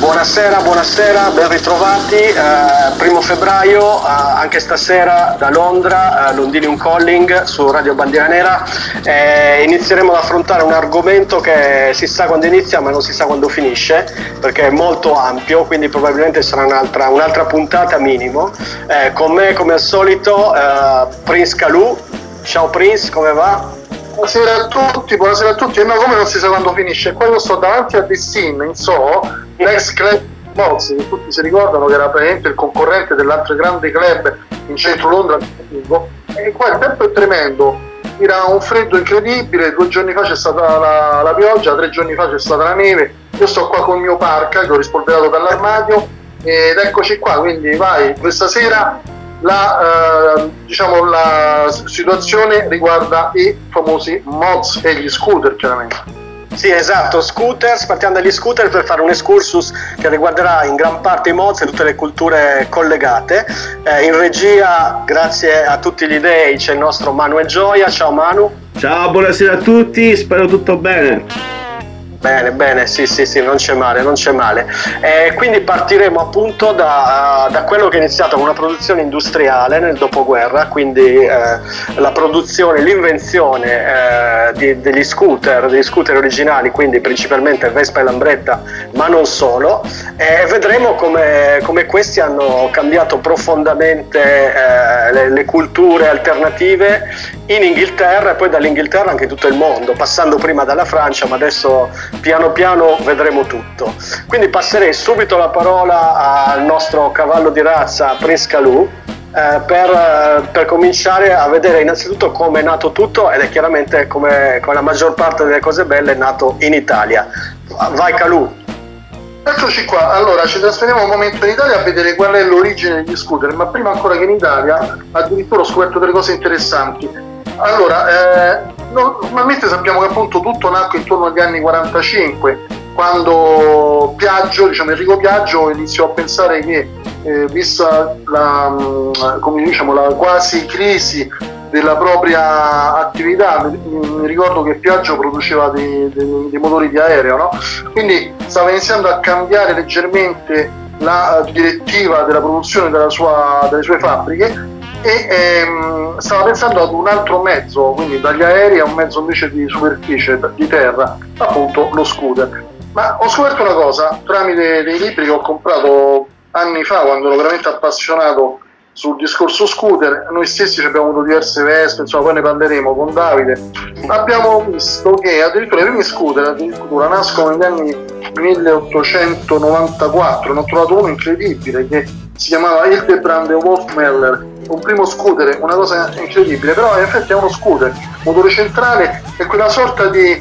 Buonasera, ben ritrovati. 1° febbraio, anche stasera da Londra, Londinium Calling su Radio Bandiera Nera. Inizieremo ad affrontare un argomento che si sa quando inizia ma non si sa quando finisce, perché è molto ampio, quindi probabilmente sarà un'altra puntata minimo. Con me, come al solito, Prince Kalou. Ciao Prince, come va? Buonasera a tutti. E no, come non si sa quando finisce? Qua io sto davanti a Destin, in Soho, l'ex club Moz, che tutti si ricordano che era praticamente il concorrente dell'altro grande club in centro Londra, e qua il tempo è tremendo, era un freddo incredibile, 2 giorni fa c'è stata la pioggia, 3 giorni fa c'è stata la neve, io sto qua con il mio parka che ho rispolverato dall'armadio ed eccoci qua, quindi vai, questa sera la situazione riguarda i famosi mods e gli scooter, chiaramente. Sì, esatto, scooters, partiamo dagli scooter per fare un excursus che riguarderà in gran parte i mods e tutte le culture collegate. In regia, grazie a tutti gli dei, c'è il nostro Manuel Gioia. Ciao Manu. Ciao, buonasera a tutti, spero tutto bene. Bene, sì, non c'è male. Quindi partiremo appunto da quello che è iniziato con una produzione industriale nel dopoguerra, quindi la produzione, l'invenzione degli scooter originali, quindi principalmente Vespa e Lambretta, ma non solo, e vedremo come questi hanno cambiato profondamente le culture alternative in Inghilterra e poi dall'Inghilterra anche in tutto il mondo, passando prima dalla Francia, ma adesso piano piano vedremo tutto. Quindi passerei subito la parola al nostro cavallo di razza Prince Kalou per cominciare a vedere innanzitutto come è nato tutto, ed è chiaramente come la maggior parte delle cose belle è nato in Italia. Vai Kalou. Eccoci qua, allora ci trasferiamo un momento in Italia a vedere qual è l'origine degli scooter, ma prima ancora che in Italia addirittura ho scoperto delle cose interessanti. Allora, normalmente sappiamo che appunto tutto nacque intorno agli anni 45, quando Piaggio, Enrico Piaggio, iniziò a pensare che vista la quasi crisi della propria attività, mi ricordo che Piaggio produceva dei motori di aereo, no? Quindi stava iniziando a cambiare leggermente la direttiva della produzione delle sue fabbriche e stava pensando ad un altro mezzo, quindi dagli aerei a un mezzo invece di superficie, di terra, appunto lo scooter. Ma ho scoperto una cosa tramite dei libri che ho comprato anni fa, quando ero veramente appassionato sul discorso scooter. Noi stessi abbiamo avuto diverse Vespe, insomma poi ne parleremo con Davide. Abbiamo visto che addirittura i primi scooter nascono negli anni 1894, ne ho trovato uno incredibile che si chiamava Hildebrand Wolfmeller, un primo scooter, una cosa incredibile, però in effetti è uno scooter, motore centrale e quella sorta di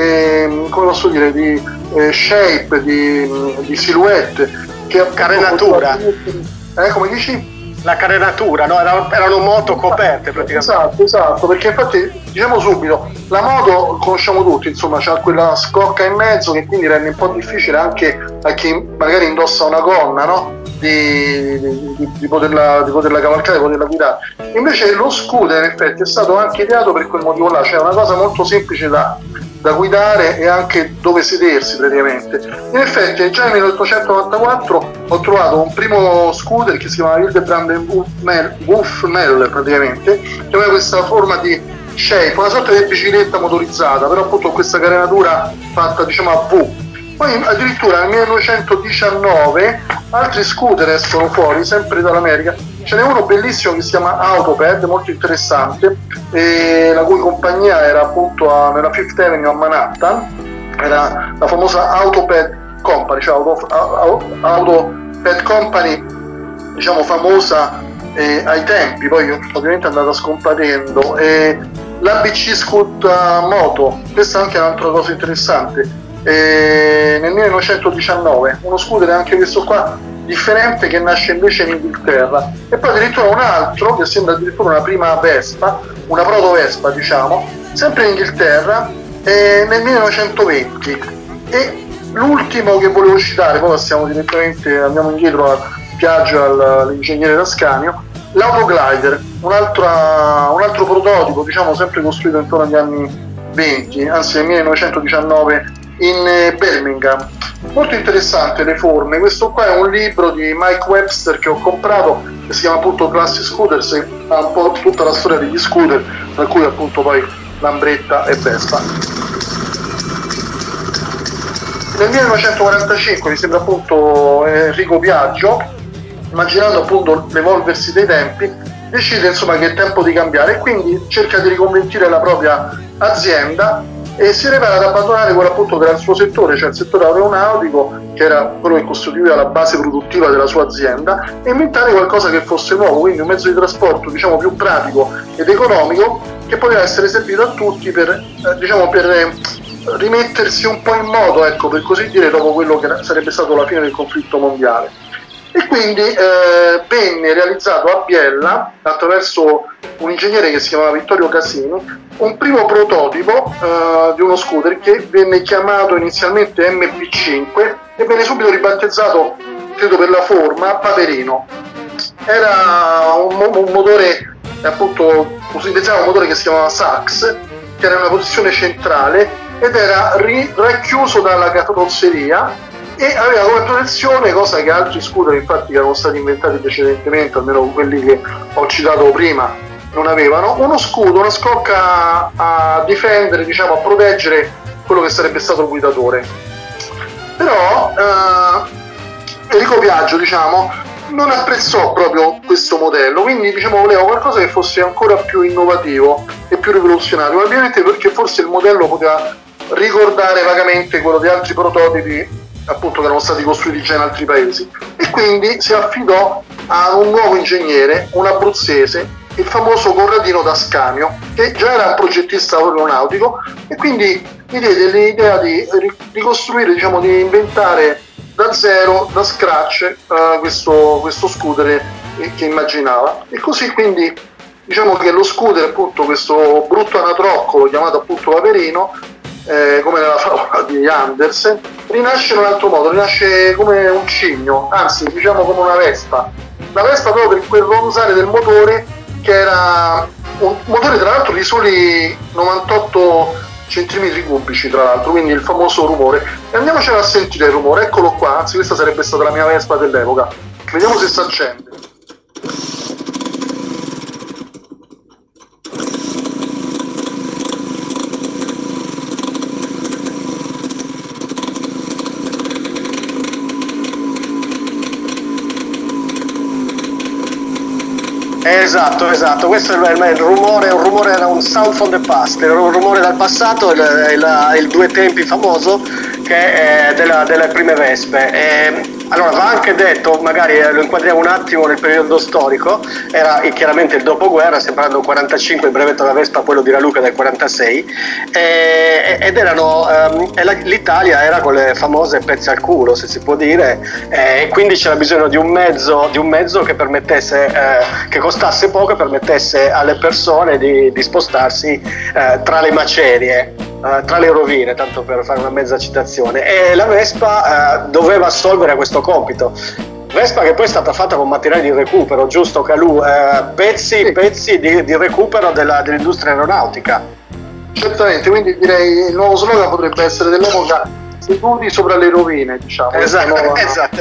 shape, di silhouette che carenatura. Come dici? La carenatura, no? Erano moto coperte praticamente. Esatto, perché infatti diciamo subito, la moto conosciamo tutti, insomma c'ha quella scocca in mezzo che quindi rende un po' difficile anche a chi magari indossa una gonna, no? Di poterla cavalcare, di poterla guidare. Invece lo scooter in effetti è stato anche ideato per quel motivo là, cioè una cosa molto semplice da guidare e anche dove sedersi praticamente. In effetti già nel 1894 ho trovato un primo scooter che si chiamava Hildebrand Wolfmeller praticamente, che aveva questa forma di shape, una sorta di bicicletta motorizzata, però appunto con questa carenatura fatta diciamo a V. Poi addirittura nel 1919 altri scooter escono fuori, sempre dall'America. Ce n'è uno bellissimo che si chiama Autopad, molto interessante, la cui compagnia era appunto nella Fifth Avenue a Manhattan, era la famosa Autopad Company, cioè Autopad Company, diciamo famosa ai tempi, poi ovviamente è andata scomparendo. L'ABC Scoot Moto, questa anche è un'altra cosa interessante. Nel 1919 uno scooter anche questo qua differente che nasce invece in Inghilterra, e poi addirittura un altro che sembra addirittura una prima Vespa, una proto Vespa diciamo, sempre in Inghilterra nel 1920. E l'ultimo che volevo citare, poi passiamo direttamente, andiamo indietro al Piaggio, all'ingegnere D'Ascanio, l'Autoglider, un altro prototipo diciamo sempre costruito intorno agli anni 20, anzi nel 1919 in Birmingham. Molto interessante le forme. Questo qua è un libro di Mike Webster che ho comprato, che si chiama appunto Classic Scooters, e ha un po' tutta la storia degli scooter, tra cui appunto poi Lambretta e Vespa. Nel 1945 mi sembra appunto Enrico Piaggio, immaginando appunto l'evolversi dei tempi, decide insomma che è tempo di cambiare e quindi cerca di riconvertire la propria azienda e si rivela ad abbandonare quello appunto che era il suo settore, cioè il settore aeronautico, che era quello che costituiva la base produttiva della sua azienda, e inventare qualcosa che fosse nuovo, quindi un mezzo di trasporto diciamo più pratico ed economico che poteva essere servito a tutti per rimettersi un po' in moto, ecco, per così dire, dopo quello che sarebbe stato la fine del conflitto mondiale. E quindi venne realizzato a Biella, attraverso un ingegnere che si chiamava Vittorio Casini, un primo prototipo di uno scooter che venne chiamato inizialmente MP5 e venne subito ribattezzato, credo per la forma, Paperino. Era un motore, appunto, si pensava un motore che si chiamava Sax, che era in una posizione centrale ed era racchiuso dalla carrozzeria e aveva come protezione, cosa che altri scooter infatti che erano stati inventati precedentemente, almeno quelli che ho citato prima, non avevano, uno scudo, una scocca a difendere, diciamo, a proteggere quello che sarebbe stato il guidatore. Però Enrico Piaggio, diciamo, non apprezzò proprio questo modello, quindi diciamo voleva qualcosa che fosse ancora più innovativo e più rivoluzionario, ovviamente perché forse il modello poteva ricordare vagamente quello di altri prototipi appunto che erano stati costruiti già in altri paesi, e quindi si affidò a un nuovo ingegnere, un abruzzese, il famoso Corradino d'Ascanio, che già era un progettista aeronautico e quindi gli diede l'idea di ricostruire, diciamo, di inventare da zero, da scratch, questo scooter che immaginava. E così quindi diciamo che lo scooter, appunto questo brutto anatroccolo chiamato appunto Paperino, come nella favola di Andersen, rinasce in un altro modo, rinasce come un cigno, anzi diciamo come una Vespa. La Vespa proprio per quel ronzare del motore, che era un motore tra l'altro di soli 98 centimetri cubici, tra l'altro, quindi il famoso rumore. E andiamocelo a sentire il rumore, eccolo qua, anzi questa sarebbe stata la mia Vespa dell'epoca, vediamo se si accende. Esatto, questo è il rumore, era un sound from the past, era un rumore dal passato, il due tempi famoso che è delle prime Vespe. Allora va anche detto, magari lo inquadriamo un attimo nel periodo storico, era chiaramente il dopoguerra, stiamo parlando del 45, il brevetto della Vespa, quello di Raluca del 46, ed erano, l'Italia era con le famose pezze al culo, se si può dire, e quindi c'era bisogno di un mezzo che permettesse, che costasse poco e permettesse alle persone di spostarsi tra le macerie, tra le rovine, tanto per fare una mezza citazione, e la Vespa doveva assolvere a questo compito. Vespa che poi è stata fatta con materiali di recupero, giusto Calù? Pezzi di recupero dell'industria aeronautica. Certamente, quindi direi il nuovo slogan potrebbe essere dell'epoca: seduti sopra le rovine, diciamo. Esatto.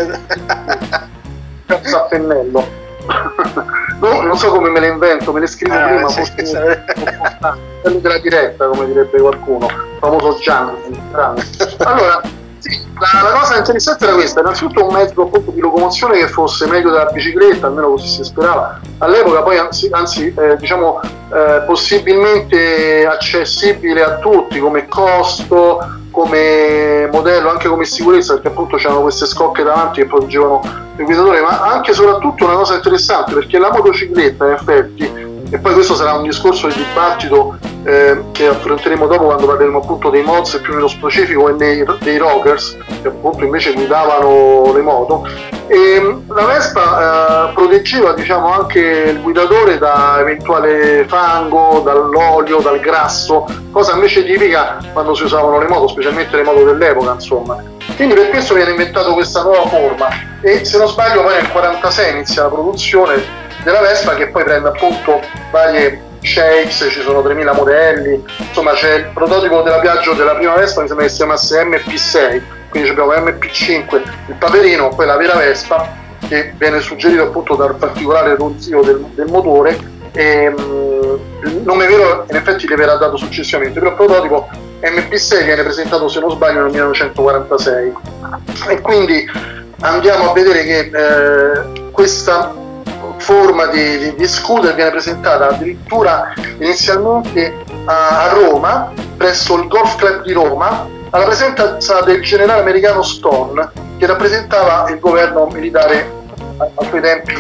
Cazzo a pennello. No, non so come me le invento, me le scrivo prima, quello della diretta, come direbbe qualcuno, il famoso Gianni. Allora, sì, la cosa interessante era questa: innanzitutto un mezzo appunto di locomozione che fosse meglio della bicicletta, almeno così si sperava all'epoca, poi anzi possibilmente accessibile a tutti come costo, come modello, anche come sicurezza, perché appunto c'erano queste scocche davanti che proteggevano il guidatore, ma anche e soprattutto una cosa interessante, perché la motocicletta in effetti, e poi questo sarà un discorso di dibattito che affronteremo dopo quando parleremo appunto dei mods e più nello specifico e dei rockers che appunto invece guidavano le moto, e la Vespa proteggeva, diciamo, anche il guidatore da eventuale fango, dall'olio, dal grasso, cosa invece tipica quando si usavano le moto, specialmente le moto dell'epoca, insomma. Quindi per questo viene inventato questa nuova forma, e se non sbaglio poi nel 1946 inizia la produzione della Vespa, che poi prende appunto varie Shapes, ci sono 3000 modelli, insomma c'è il prototipo della Piaggio della prima Vespa, mi sembra che si chiamasse MP6, quindi abbiamo MP5, il Paperino, poi la vera Vespa, che viene suggerito appunto dal particolare ronzio del motore, e il nome vero in effetti le verrà dato successivamente, però il prototipo MP6 viene presentato, se non sbaglio, nel 1946, e quindi andiamo a vedere che questa forma di scooter viene presentata addirittura inizialmente a Roma, presso il Golf Club di Roma, alla presenza del generale americano Stone, che rappresentava il governo militare a quei tempi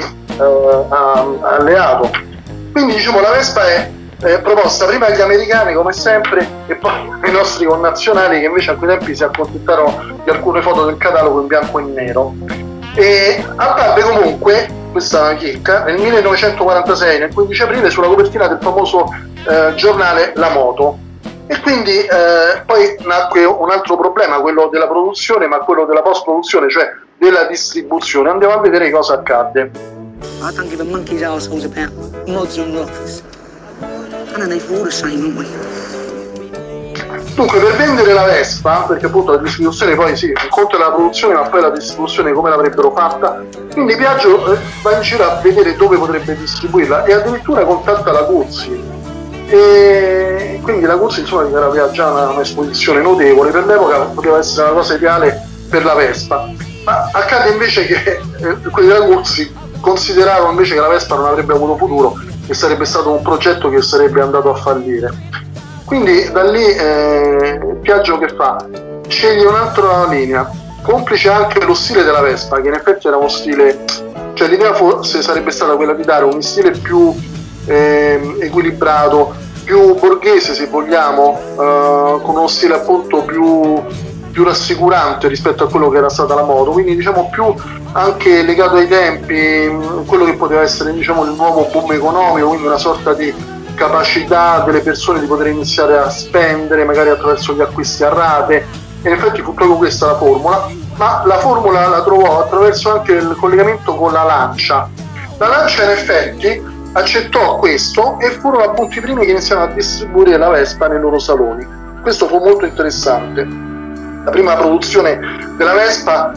alleato. Quindi diciamo la Vespa è proposta prima agli americani come sempre, e poi ai nostri connazionali che invece a quei tempi si accontentarono di alcune foto del catalogo in bianco e nero. E apparve comunque questa è una chicca nel 1946, nel 15 aprile, sulla copertina del famoso giornale La Moto. E quindi poi nacque un altro problema, quello della produzione, ma quello della post produzione, cioè della distribuzione. Andiamo a vedere cosa accadde. I don't give a monkey's assholes about mods and rockers. I don't know for all the same, aren't we? Dunque, per vendere la Vespa, perché appunto la distribuzione poi sì, un conto è la produzione, ma poi la distribuzione come l'avrebbero fatta, quindi Piaggio va in giro a vedere dove potrebbe distribuirla e addirittura contatta la Guzzi. E quindi la Guzzi, insomma, aveva già un'esposizione notevole, per l'epoca poteva essere una cosa ideale per la Vespa. Ma accade invece che quelli della Guzzi considerarono invece che la Vespa non avrebbe avuto futuro, che sarebbe stato un progetto che sarebbe andato a fallire. Quindi da lì Piaggio che fa? Sceglie un'altra linea, complice anche lo stile della Vespa, che in effetti era uno stile, cioè l'idea forse sarebbe stata quella di dare un stile più equilibrato, più borghese se vogliamo, con uno stile appunto più rassicurante rispetto a quello che era stata la moto, quindi diciamo più anche legato ai tempi, quello che poteva essere diciamo il nuovo boom economico, quindi una sorta di capacità delle persone di poter iniziare a spendere magari attraverso gli acquisti a rate, e in effetti fu proprio questa la formula, ma la formula la trovò attraverso anche il collegamento con la Lancia. La Lancia in effetti accettò questo e furono appunto i primi che iniziarono a distribuire la Vespa nei loro saloni. Questo fu molto interessante. La prima produzione della Vespa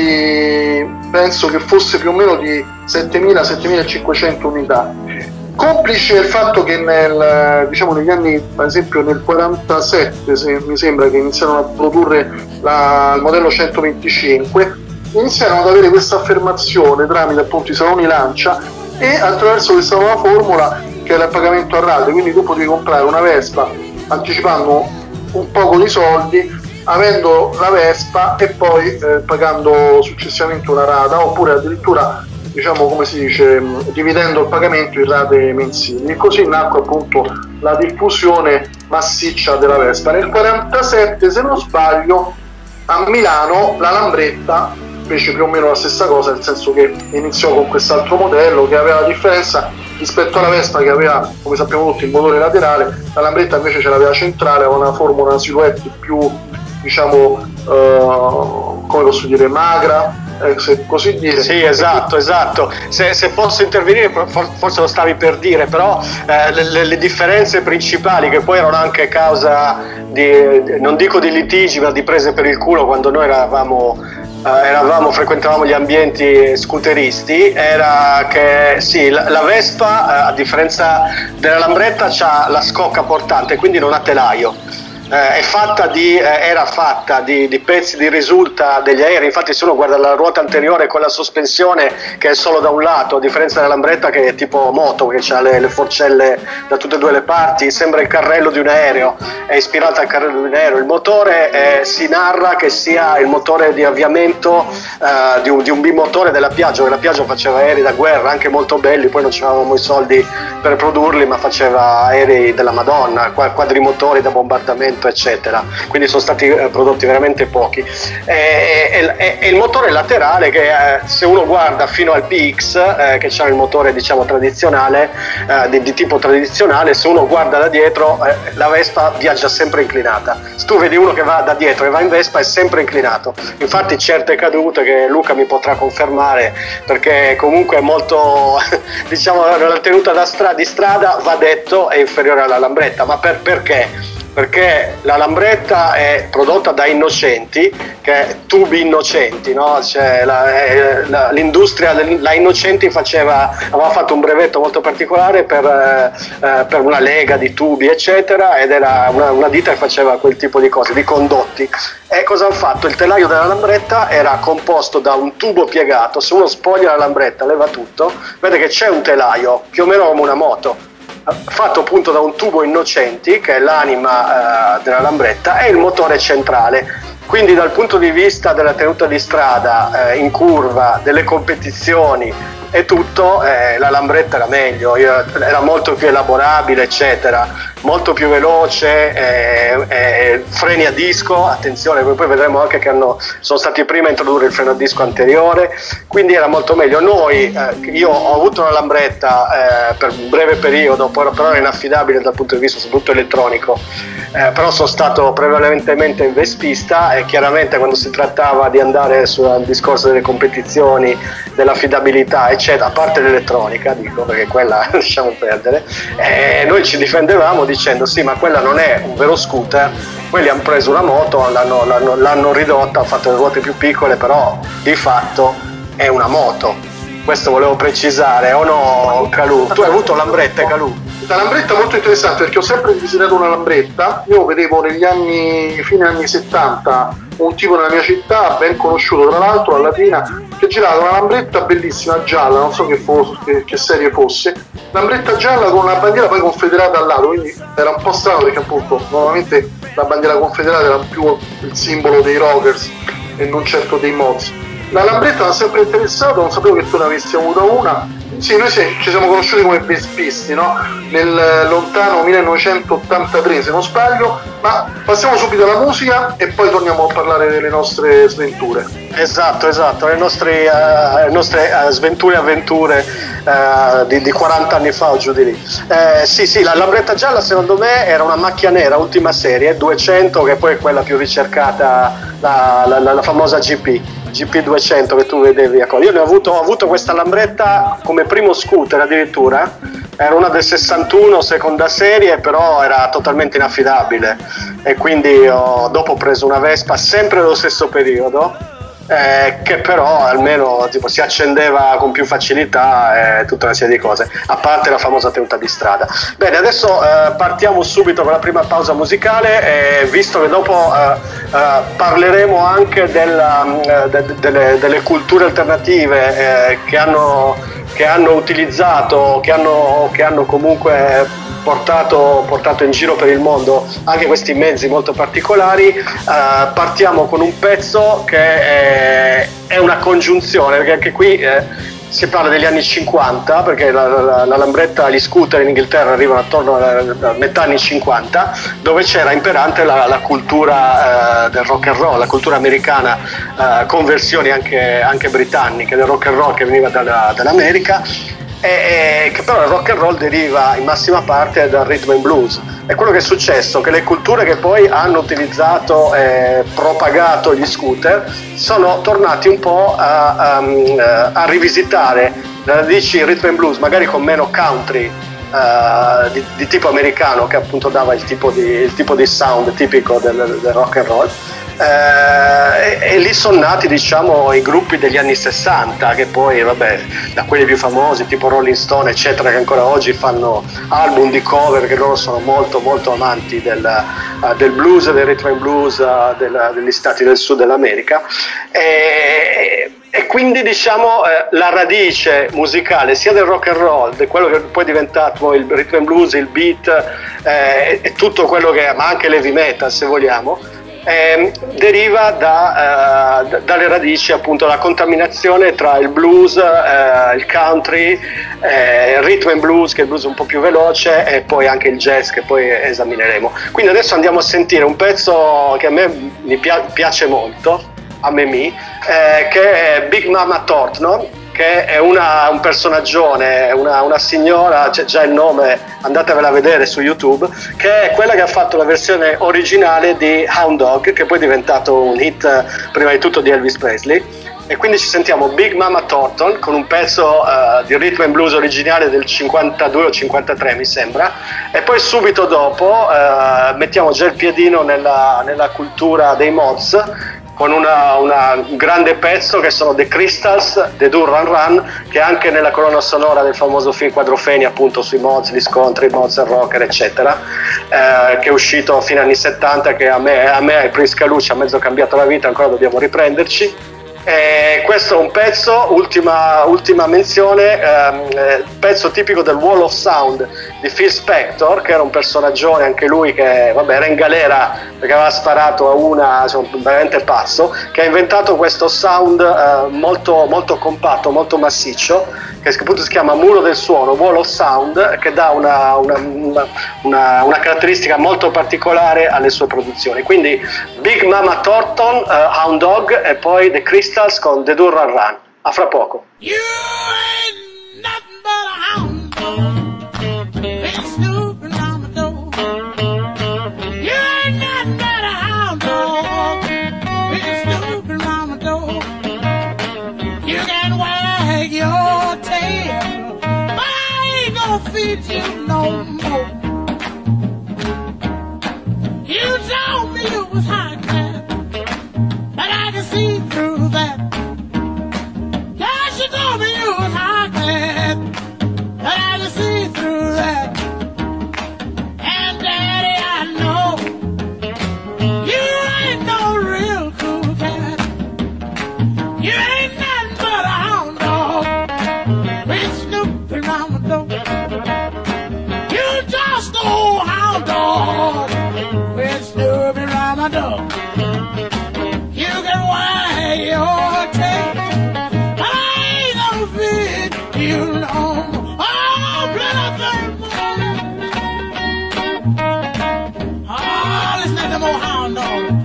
penso che fosse più o meno di 7.000-7.500 unità. Complice il fatto che negli anni, per esempio nel 47 mi sembra che iniziarono a produrre il modello 125, iniziarono ad avere questa affermazione tramite appunto i saloni Lancia e attraverso questa nuova formula che era il pagamento a rate, quindi tu potevi comprare una Vespa anticipando un poco di soldi, avendo la Vespa e poi pagando successivamente una rata, oppure addirittura diciamo come si dice dividendo il pagamento in rate mensili, e così nacque appunto la diffusione massiccia della Vespa. Nel 47 se non sbaglio a Milano la Lambretta fece più o meno la stessa cosa, nel senso che iniziò con quest'altro modello che aveva la differenza rispetto alla Vespa, che aveva, come sappiamo tutti, il motore laterale. La Lambretta invece ce l'aveva centrale, aveva una forma, una silhouette più diciamo come posso dire, magra, se così dire. Sì, esatto. Se posso intervenire, forse lo stavi per dire, però le differenze principali, che poi erano anche causa di, non dico di litigi, ma di prese per il culo quando noi frequentavamo gli ambienti scooteristi, era che sì, la Vespa, a differenza della Lambretta, c'ha la scocca portante, quindi non ha telaio. Era fatta di pezzi di risulta degli aerei. Infatti se uno guarda la ruota anteriore con la sospensione che è solo da un lato, a differenza della Lambretta che è tipo moto, che ha le forcelle da tutte e due le parti, sembra il carrello di un aereo, è ispirata al carrello di un aereo. Il motore si narra che sia il motore di avviamento di un bimotore della Piaggio, che la Piaggio faceva aerei da guerra anche molto belli, poi non avevamo i soldi per produrli, ma faceva aerei della Madonna, quadrimotori da bombardamento movimento, eccetera, quindi sono stati prodotti veramente pochi. E il motore laterale che se uno guarda fino al PX, che c'è il motore diciamo tradizionale, di tipo tradizionale, se uno guarda da dietro la Vespa viaggia sempre inclinata. Se tu vedi uno che va da dietro e va in Vespa è sempre inclinato, infatti certe cadute che Luca mi potrà confermare, perché comunque è molto diciamo la tenuta di strada, va detto, è inferiore alla Lambretta. Ma perché? Perché la Lambretta è prodotta da Innocenti, che è tubi Innocenti, no? Cioè l'industria, la Innocenti aveva fatto un brevetto molto particolare per una lega di tubi eccetera, ed era una ditta che faceva quel tipo di cose, di condotti. E cosa hanno fatto? Il telaio della Lambretta era composto da un tubo piegato, se uno spoglia la Lambretta, leva tutto, vede che c'è un telaio più o meno come una moto, fatto appunto da un tubo Innocenti, che è l'anima della Lambretta, e il motore centrale. Quindi dal punto di vista della tenuta di strada, in curva, delle competizioni e tutto, la Lambretta era meglio, era molto più elaborabile eccetera, molto più veloce, freni a disco, attenzione, poi vedremo anche che sono stati i primi a introdurre il freno a disco anteriore, quindi era molto meglio. Io ho avuto una Lambretta per un breve periodo, però era inaffidabile dal punto di vista soprattutto elettronico, però sono stato prevalentemente vespista, e chiaramente quando si trattava di andare sul discorso delle competizioni, dell'affidabilità eccetera, a parte l'elettronica dico, perché quella lasciamo perdere, noi ci difendevamo dicendo sì, ma quella non è un vero scooter, quelli hanno preso una moto, l'hanno ridotta, hanno fatto le ruote più piccole, però di fatto è una moto. Questo volevo precisare, o no Calù? Tu hai avuto Lambretta, Calù? La Lambretta è molto interessante, perché ho sempre desiderato una Lambretta. Io vedevo fine anni 70 un tipo nella mia città, ben conosciuto tra l'altro, a Latina, che girava una Lambretta bellissima gialla, non so che serie fosse, Lambretta gialla con una bandiera poi confederata al lato, quindi era un po' strano, perché appunto normalmente la bandiera confederata era più il simbolo dei rockers e non certo dei mods. La Lambretta mi ha sempre interessato, non sapevo che tu ne avessi avuta una. Sì, noi ci siamo conosciuti come vespisti, no? Nel lontano 1983, se non sbaglio, ma passiamo subito alla musica e poi torniamo a parlare delle nostre sventure. Esatto, le nostre sventure e avventure di 40 anni fa o giù di lì. Sì, la Lambretta gialla secondo me era una macchia nera, ultima serie, 200, che poi è quella più ricercata, la famosa GP200 che tu vedevi a Io ho avuto questa Lambretta come primo scooter addirittura, era una del 61, seconda serie, però era totalmente inaffidabile, e quindi dopo ho preso una Vespa sempre nello stesso periodo, che però almeno tipo si accendeva con più facilità e tutta una serie di cose, a parte la famosa tenuta di strada. Bene, adesso partiamo subito con la prima pausa musicale, visto che dopo parleremo anche delle culture alternative che hanno utilizzato, che hanno comunque portato in giro per il mondo anche questi mezzi molto particolari. Partiamo con un pezzo che è una congiunzione, perché anche qui si parla degli anni 50, perché la Lambretta, gli scooter in Inghilterra arrivano attorno a metà anni 50, dove c'era imperante la cultura del rock and roll, la cultura americana, con versioni anche britanniche del rock and roll che veniva dall'America, e che però il rock and roll deriva in massima parte dal rhythm and blues. E quello che è successo, che le culture che poi hanno utilizzato e propagato gli scooter sono tornati un po' a rivisitare le radici rhythm and blues, magari con meno country di tipo americano, che appunto dava il tipo di sound tipico del rock and roll. E lì sono nati, diciamo, i gruppi degli anni 60, che poi da quelli più famosi tipo Rolling Stone eccetera, che ancora oggi fanno album di cover, che loro sono molto molto amanti del blues e del rhythm and blues degli stati del sud dell'America, e quindi diciamo la radice musicale sia del rock and roll, di quello che poi è diventato il rhythm and blues, il beat, e tutto quello che, ma anche l'heavy metal se vogliamo, deriva dalle radici, appunto, la contaminazione tra il blues, il country, il rhythm and blues, che è il blues un po' più veloce, e poi anche il jazz, che poi esamineremo. Quindi adesso andiamo a sentire un pezzo che a me mi piace molto, che è Big Mama Thornton, che è un personaggione, una signora, c'è già il nome, andatevela a vedere su YouTube, che è quella che ha fatto la versione originale di Hound Dog, che poi è diventato un hit prima di tutto di Elvis Presley. E quindi ci sentiamo Big Mama Thornton con un pezzo di rhythm and blues originale del 52 o 53 mi sembra, e poi subito dopo mettiamo già il piedino nella cultura dei mods, con un grande pezzo che sono The Crystals, The Do Run Run, che è anche nella colonna sonora del famoso film Quadrofeni, appunto sui mods, gli scontri, mods and rocker eccetera, che è uscito a fine anni 70, che a me e Prince Calucci ha mezzo cambiato la vita, ancora dobbiamo riprenderci. Questo è un pezzo, ultima menzione, pezzo tipico del Wall of Sound di Phil Spector, che era un personaggione anche lui che era in galera perché aveva sparato a una, veramente pazzo, che ha inventato questo sound molto, molto compatto, molto massiccio, che appunto si chiama Muro del Suono, Wall of Sound, che dà una caratteristica molto particolare alle sue produzioni. Quindi Big Mama Thornton, Hound Dog, e poi The Crystals con The Do Run Run. A fra poco. You ain't nothing but a hound dog, been snooping on my door. You ain't nothing but a hound dog, been snooping on my door. You can wag your tail, but I ain't gonna feed you no more. You told me you was high class, but I can see through that. You told me you was high class, but I can see through that. And Daddy, I know you ain't no real cool cat. You ain't nothing but a hound dog, been snooping around my door. You just an old hound dog, been snooping around my door. You can wag your tail, you know, oh, brother, oh, listen to them old hound dogs.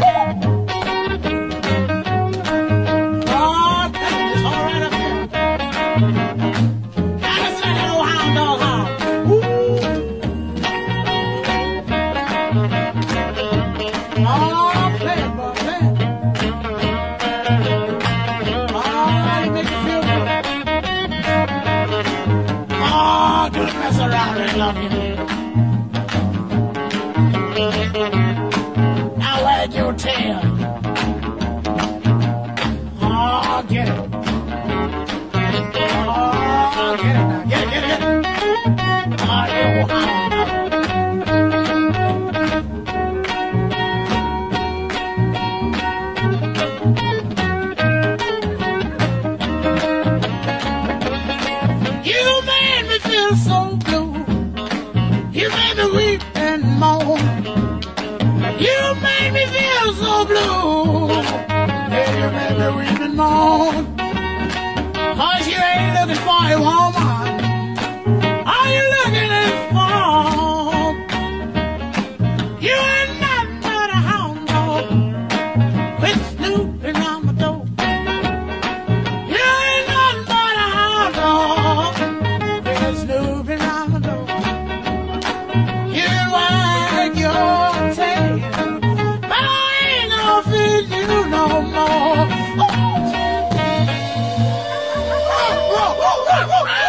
Oh, it's all right up here. Now listen to that old hound dog howl. Oh, play it, boy, play it. Oh, you make me feel good. Oh, don't mess around and love you. Now wag your tail. Oh, get it. Oh, get it now. Get it. Oh, you hound dog. So blue, you made me weep and moan. You made me feel so blue, yeah, you made me weep and moan. 'Cause you ain't looking for a woman, are you looking for? You ain't nothing but a hound dog, quit snooping on my door. You ain't nothing but a hound dog, snooping on the door. You can wag your tail, but I ain't gonna feed you no more. Oh.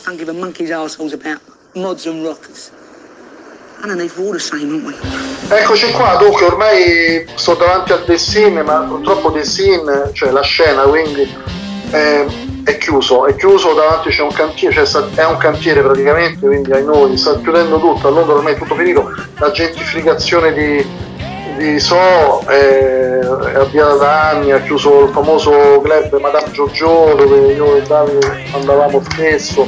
I don't give a monkey's assholes about mods and rockers. Underneath we're all the same, aren't we? Eccoci qua, dunque ormai sto davanti al The Scene, ma purtroppo The Scene, cioè la scena, quindi è chiuso davanti, c'è un cantiere, cioè è un cantiere praticamente, quindi ai noi sta chiudendo tutto, a Londra ormai è tutto finito, la gentrificazione di So è avviata da anni, ha chiuso il famoso club Madame Giorgio dove io e Davide andavamo spesso,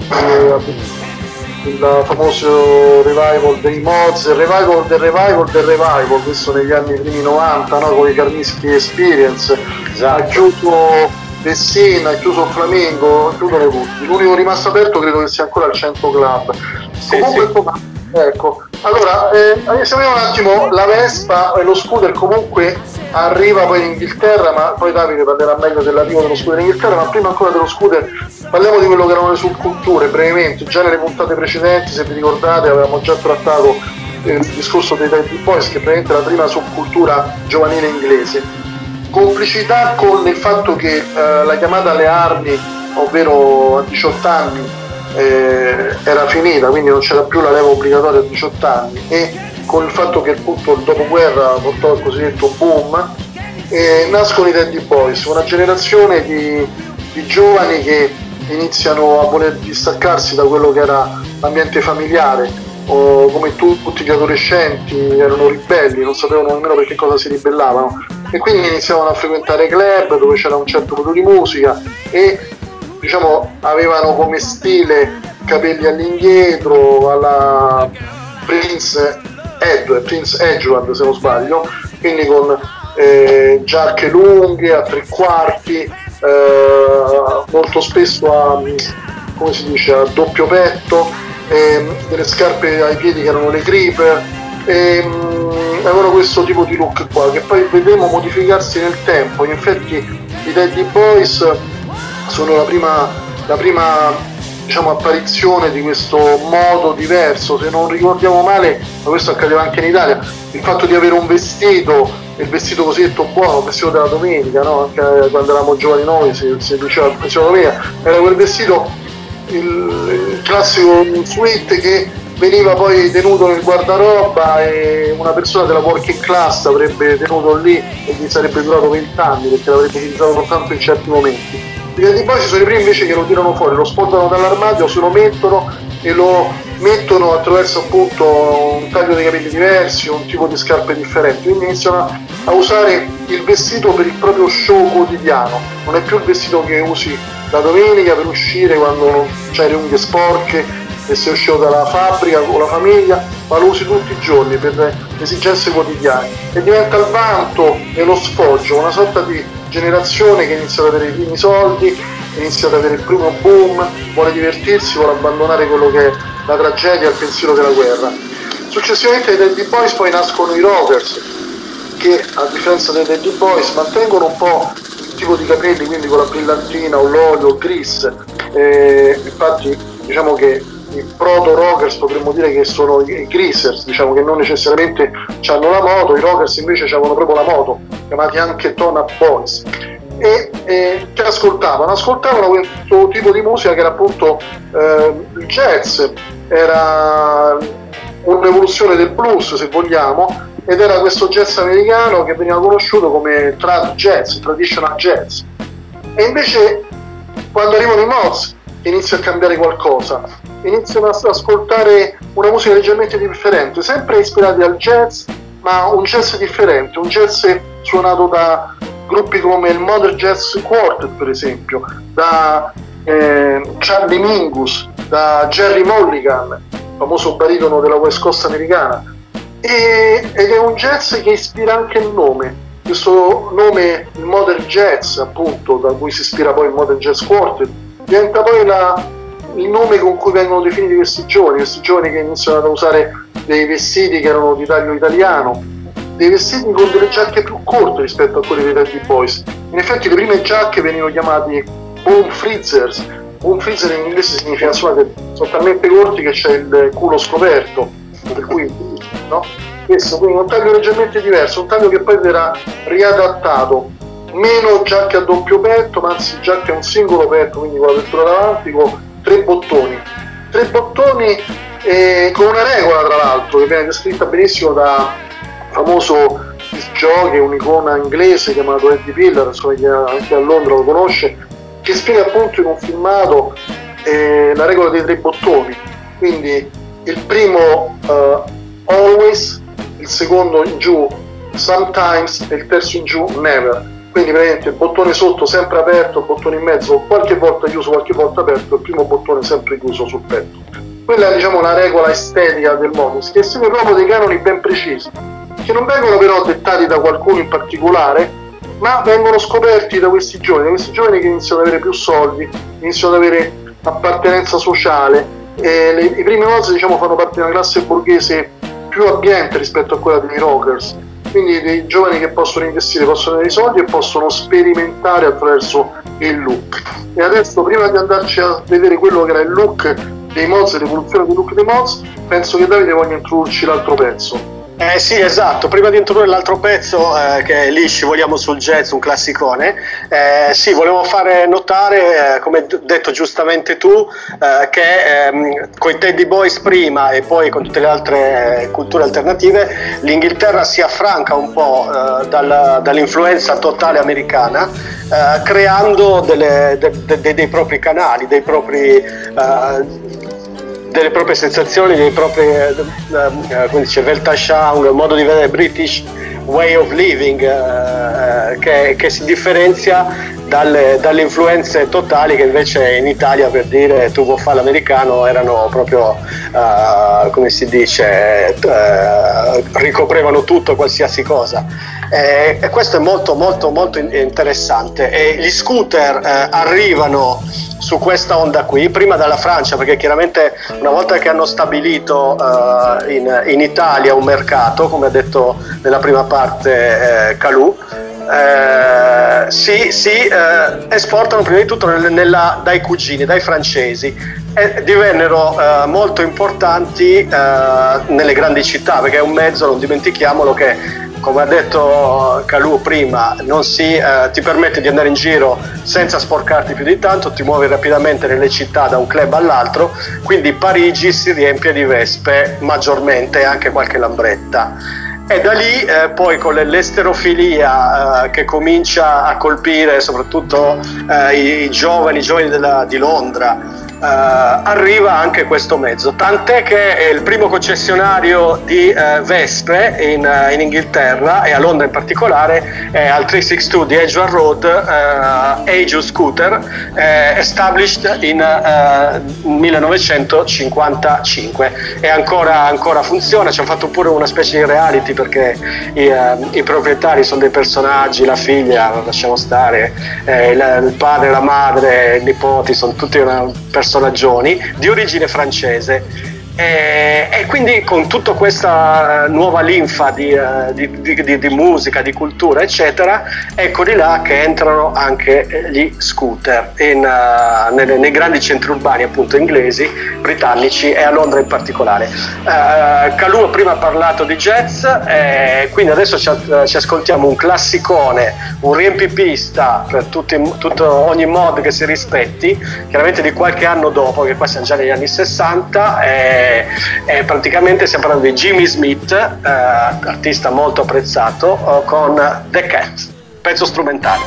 il famoso revival dei Mods, il revival del revival, questo negli anni primi 90, no? Con i Carmischi Experience, esatto. Ha chiuso The Scene, ha chiuso il Flamengo, chiudono tutti. L'unico rimasto aperto credo che sia ancora il 100 Club. Sì, comunque, sì. Ecco, allora siamo un attimo, la Vespa e lo scooter comunque arriva poi in Inghilterra, ma poi Davide parlerà meglio dell'arrivo dello scooter in Inghilterra, ma prima ancora dello scooter parliamo di quello che erano le subculture brevemente. Già nelle puntate precedenti, se vi ricordate, avevamo già trattato il discorso dei Teddy Boys, che praticamente è la prima subcultura giovanile inglese. Complicità con il fatto che la chiamata alle armi, ovvero a 18 anni, era finita, quindi non c'era più la leva obbligatoria a 18 anni, e con il fatto che appunto il dopoguerra portò il cosiddetto boom, nascono i Teddy Boys, una generazione di giovani che iniziano a voler distaccarsi da quello che era l'ambiente familiare, o come tutti gli adolescenti erano ribelli, non sapevano nemmeno perché cosa si ribellavano, e quindi iniziavano a frequentare club dove c'era un certo tipo di musica e diciamo avevano come stile capelli all'indietro alla Prince Edward se non sbaglio, quindi con giacche lunghe a 3/4, molto spesso a doppio petto, delle scarpe ai piedi che erano le creeper, avevano questo tipo di look qua che poi vedremo modificarsi nel tempo. In effetti i Teddy Boys sono la prima diciamo apparizione di questo modo diverso. Se non ricordiamo male, ma questo accadeva anche in Italia, il fatto di avere un vestito, il vestito cosiddetto buono, il vestito della domenica, no? Anche quando eravamo giovani noi si diceva il vestito della domenica, era quel vestito, il classico suite che veniva poi tenuto nel guardaroba, e una persona della working class avrebbe tenuto lì e gli sarebbe durato 20 anni perché l'avrebbe utilizzato soltanto in certi momenti. I Teddy Boys sono i primi invece che lo tirano fuori, lo sportano dall'armadio, se lo mettono e lo mettono attraverso appunto un taglio dei capelli diversi, un tipo di scarpe differenti, quindi iniziano a usare il vestito per il proprio show quotidiano. Non è più il vestito che usi la domenica per uscire quando c'hai le unghie sporche e sei uscito dalla fabbrica con la famiglia, ma lo usi tutti i giorni per esigenze quotidiane, e diventa il vanto e lo sfoggio, una sorta di generazione che inizia ad avere i primi soldi, inizia ad avere il primo boom, vuole divertirsi, vuole abbandonare quello che è la tragedia, il pensiero della guerra. Successivamente ai Teddy Boys poi nascono i Rockers, che a differenza dei Teddy Boys mantengono un po' il tipo di capelli, quindi con la brillantina o l'olio o il grease, infatti diciamo che i proto rockers potremmo dire che sono i greasers, diciamo che non necessariamente hanno la moto, i rockers invece avevano proprio la moto, chiamati anche Tone-Up Boys, e che ascoltavano questo tipo di musica che era appunto il jazz, era un'evoluzione del blues se vogliamo, ed era questo jazz americano che veniva conosciuto come trad jazz, traditional jazz. E invece quando arrivano i Mods inizia a cambiare qualcosa, iniziano ad ascoltare una musica leggermente differente, sempre ispirati al jazz, ma un jazz differente, un jazz suonato da gruppi come il Modern Jazz Quartet per esempio, da Charlie Mingus, da Jerry Mulligan, famoso baritono della West Coast americana, ed è un jazz che ispira anche il nome, questo nome, il Modern Jazz appunto, da cui si ispira poi il Modern Jazz Quartet, diventa poi il nome con cui vengono definiti questi giovani che iniziano ad usare dei vestiti che erano di taglio italiano, dei vestiti con delle giacche più corte rispetto a quelle dei Teddy Boys. In effetti le prime giacche venivano chiamate Boom Frizzers. Boom Frizzer in inglese significa insomma che sono talmente corti che c'è il culo scoperto, per cui no? Questo, quindi un taglio leggermente diverso, un taglio che poi verrà riadattato, meno giacche a doppio petto, ma anzi giacche a un singolo petto, quindi con l'apertura davanti, con 3 bottoni. 3 bottoni con una regola, tra l'altro, che viene descritta benissimo da famoso disc jockey, un'icona inglese chiamato Eddie Piller, insomma, che anche a Londra lo conosce, che spiega appunto in un filmato la regola dei 3 bottoni. Quindi il primo always, il secondo in giù sometimes e il terzo in giù never. Quindi praticamente il bottone sotto sempre aperto, il bottone in mezzo qualche volta chiuso, qualche volta aperto, il primo bottone sempre chiuso sul petto. Quella è, diciamo, la regola estetica del modus, che segue proprio dei canoni ben precisi, che non vengono però dettati da qualcuno in particolare, ma vengono scoperti da questi giovani che iniziano ad avere più soldi, iniziano ad avere appartenenza sociale. I primi modus, diciamo, fanno parte di una classe borghese più abbiente rispetto a quella dei rockers, quindi dei giovani che possono investire, possono avere i soldi e possono sperimentare attraverso il look. E adesso, prima di andarci a vedere quello che era il look dei mods, l'evoluzione del look dei mods, penso che Davide voglia introdurci l'altro pezzo. Sì, esatto, prima di introdurre l'altro pezzo, che lì scivoliamo sul jazz, un classicone, sì, volevo fare notare, come detto giustamente tu, che con i Teddy Boys prima e poi con tutte le altre culture alternative, l'Inghilterra si affranca un po' dall'influenza totale americana, creando dei propri canali, delle proprie sensazioni, dei propri come dice, Weltanschauung, modo di vedere, British way of living, che si differenzia dalle influenze totali che invece in Italia, per dire, tu vuoi fare l'americano, erano proprio come si dice, ricoprevano tutto, qualsiasi cosa. E questo è molto molto molto interessante, e gli scooter arrivano su questa onda qui, prima dalla Francia, perché chiaramente una volta che hanno stabilito in Italia un mercato, come ha detto nella prima parte Calù, si esportano prima di tutto dai cugini, dai francesi, e divennero molto importanti nelle grandi città, perché è un mezzo, non dimentichiamolo, che, come ha detto Calù prima, ti permette di andare in giro senza sporcarti più di tanto, ti muovi rapidamente nelle città da un club all'altro, quindi Parigi si riempie di vespe maggiormente, anche qualche lambretta. E da lì poi con l'esterofilia che comincia a colpire soprattutto i giovani di Londra, arriva anche questo mezzo, tant'è che è il primo concessionario di vespe in Inghilterra, e a Londra in particolare, è al 362 di Edgware Road, Aegis Scooter, established in 1955, e ancora funziona. Ci hanno fatto pure una specie di reality, perché i proprietari sono dei personaggi, la figlia, lasciamo stare, il padre, la madre, i nipoti, sono tutti personaggioni di origine francese. E quindi con tutta questa nuova linfa di musica, di cultura, eccetera, ecco di là che entrano anche gli scooter nei grandi centri urbani, appunto inglesi, britannici, e a Londra in particolare. Calù prima ha parlato di jazz, quindi adesso ci ascoltiamo un classicone, un riempipista per ogni mod che si rispetti, chiaramente di qualche anno dopo, che qua siamo già negli anni 60, e praticamente stiamo parlando di Jimmy Smith, artista molto apprezzato, con The Cat, pezzo strumentale.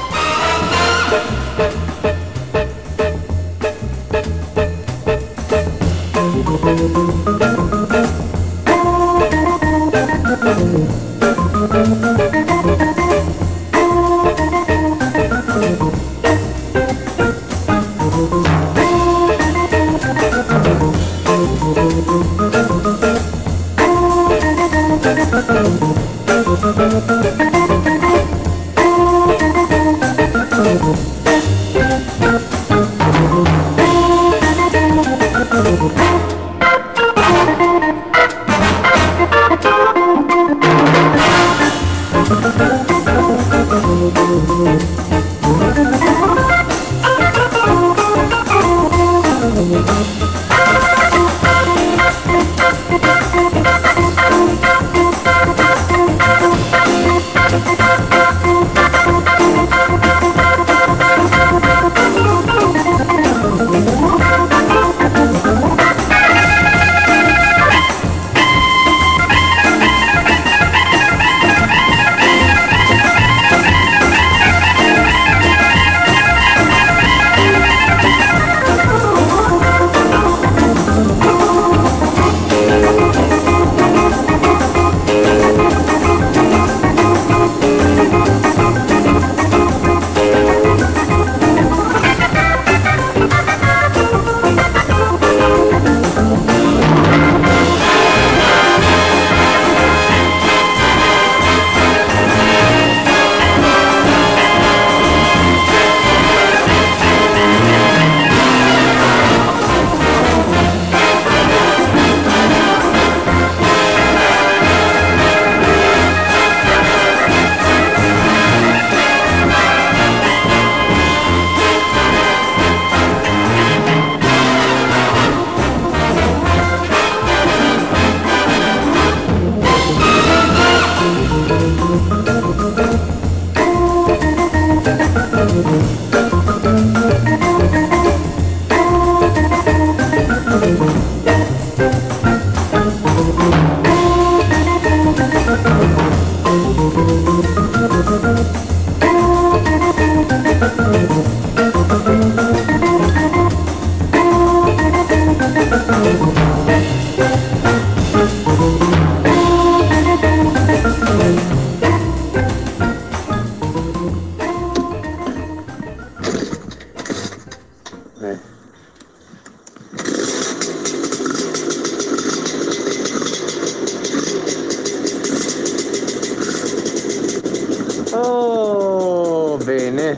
Oh, bene.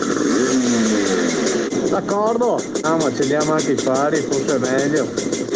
D'accordo. Ah, ma accendiamo anche i fari, forse è meglio.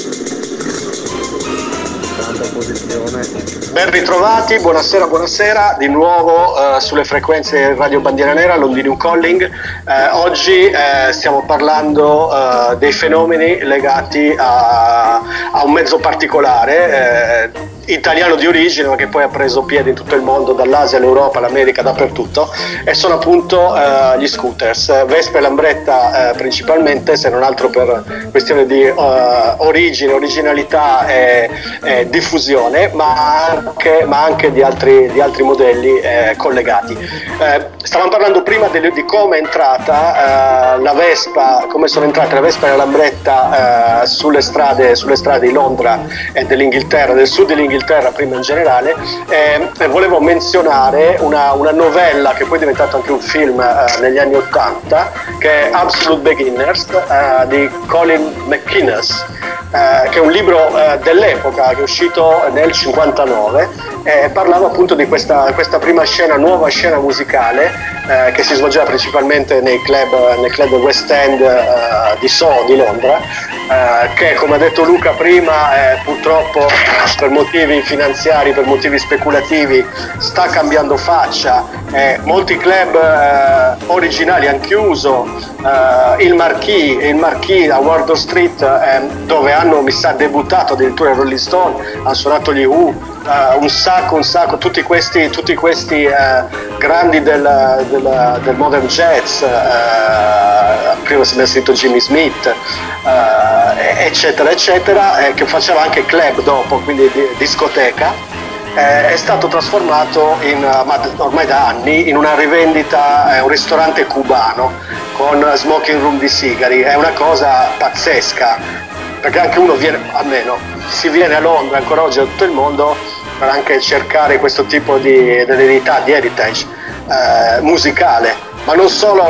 Tanta posizione. Ben ritrovati, buonasera, buonasera, di nuovo sulle frequenze di Radio Bandiera Nera, Londinium Calling. Oggi stiamo parlando dei fenomeni legati a un mezzo particolare, italiano di origine, ma che poi ha preso piede in tutto il mondo, dall'Asia all'Europa, all'America, dappertutto, e sono appunto gli scooters, Vespa e Lambretta principalmente, se non altro per questione di origine, originalità e diffusione, ma anche di altri modelli collegati. Stavamo parlando prima di come è entrata la Vespa, come sono entrate la Vespa e la Lambretta sulle strade di Londra e dell'Inghilterra, del sud dell'Inghilterra prima in generale, e volevo menzionare una novella che poi è diventato anche un film negli anni '80, che è Absolute Beginners di Colin McInnes, che è un libro dell'epoca, che è uscito nel 59, e parlava appunto di questa prima nuova scena musicale che si svolgeva principalmente nel club West End di Soho di Londra, che, come ha detto Luca prima, purtroppo per motivi finanziari, per motivi speculativi, sta cambiando faccia. Molti club originali hanno chiuso, il Marquis a Wardour Street, dove hanno, mi sa, debuttato addirittura i Rolling Stone, hanno suonato gli Who, un sacco, tutti questi grandi del modern jazz, prima si è scritto Jimmy Smith, eccetera, che faceva anche club dopo, quindi discoteca. È stato trasformato ormai da anni in una rivendita, un ristorante cubano con smoking room di sigari. È una cosa pazzesca, perché anche uno si viene a Londra ancora oggi da tutto il mondo per anche cercare questo tipo di eredità, di heritage musicale, ma non solo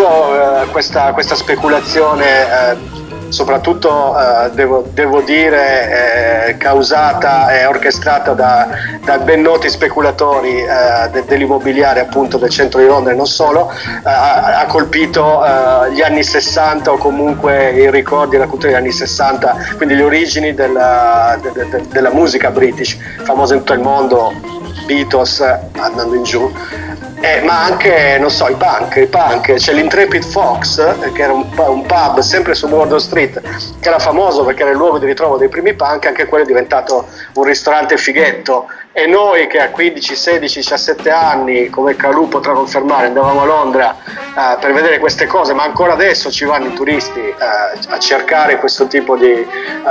questa speculazione, soprattutto devo dire causata e orchestrata da ben noti speculatori dell'immobiliare, appunto, del centro di Londra e non solo, ha colpito gli anni 60, o comunque i ricordi della cultura degli anni 60, quindi le origini della musica british, famosa in tutto il mondo, Beatles andando in giù. Ma anche, non so, i punk. C'è l'Intrepid Fox, che era un pub sempre su Wardour Street, che era famoso perché era il luogo di ritrovo dei primi punk. Anche quello è diventato un ristorante fighetto, e noi che a 15, 16, 17 anni, come Calù potrà confermare, andavamo a Londra per vedere queste cose, ma ancora adesso ci vanno i turisti a cercare questo tipo di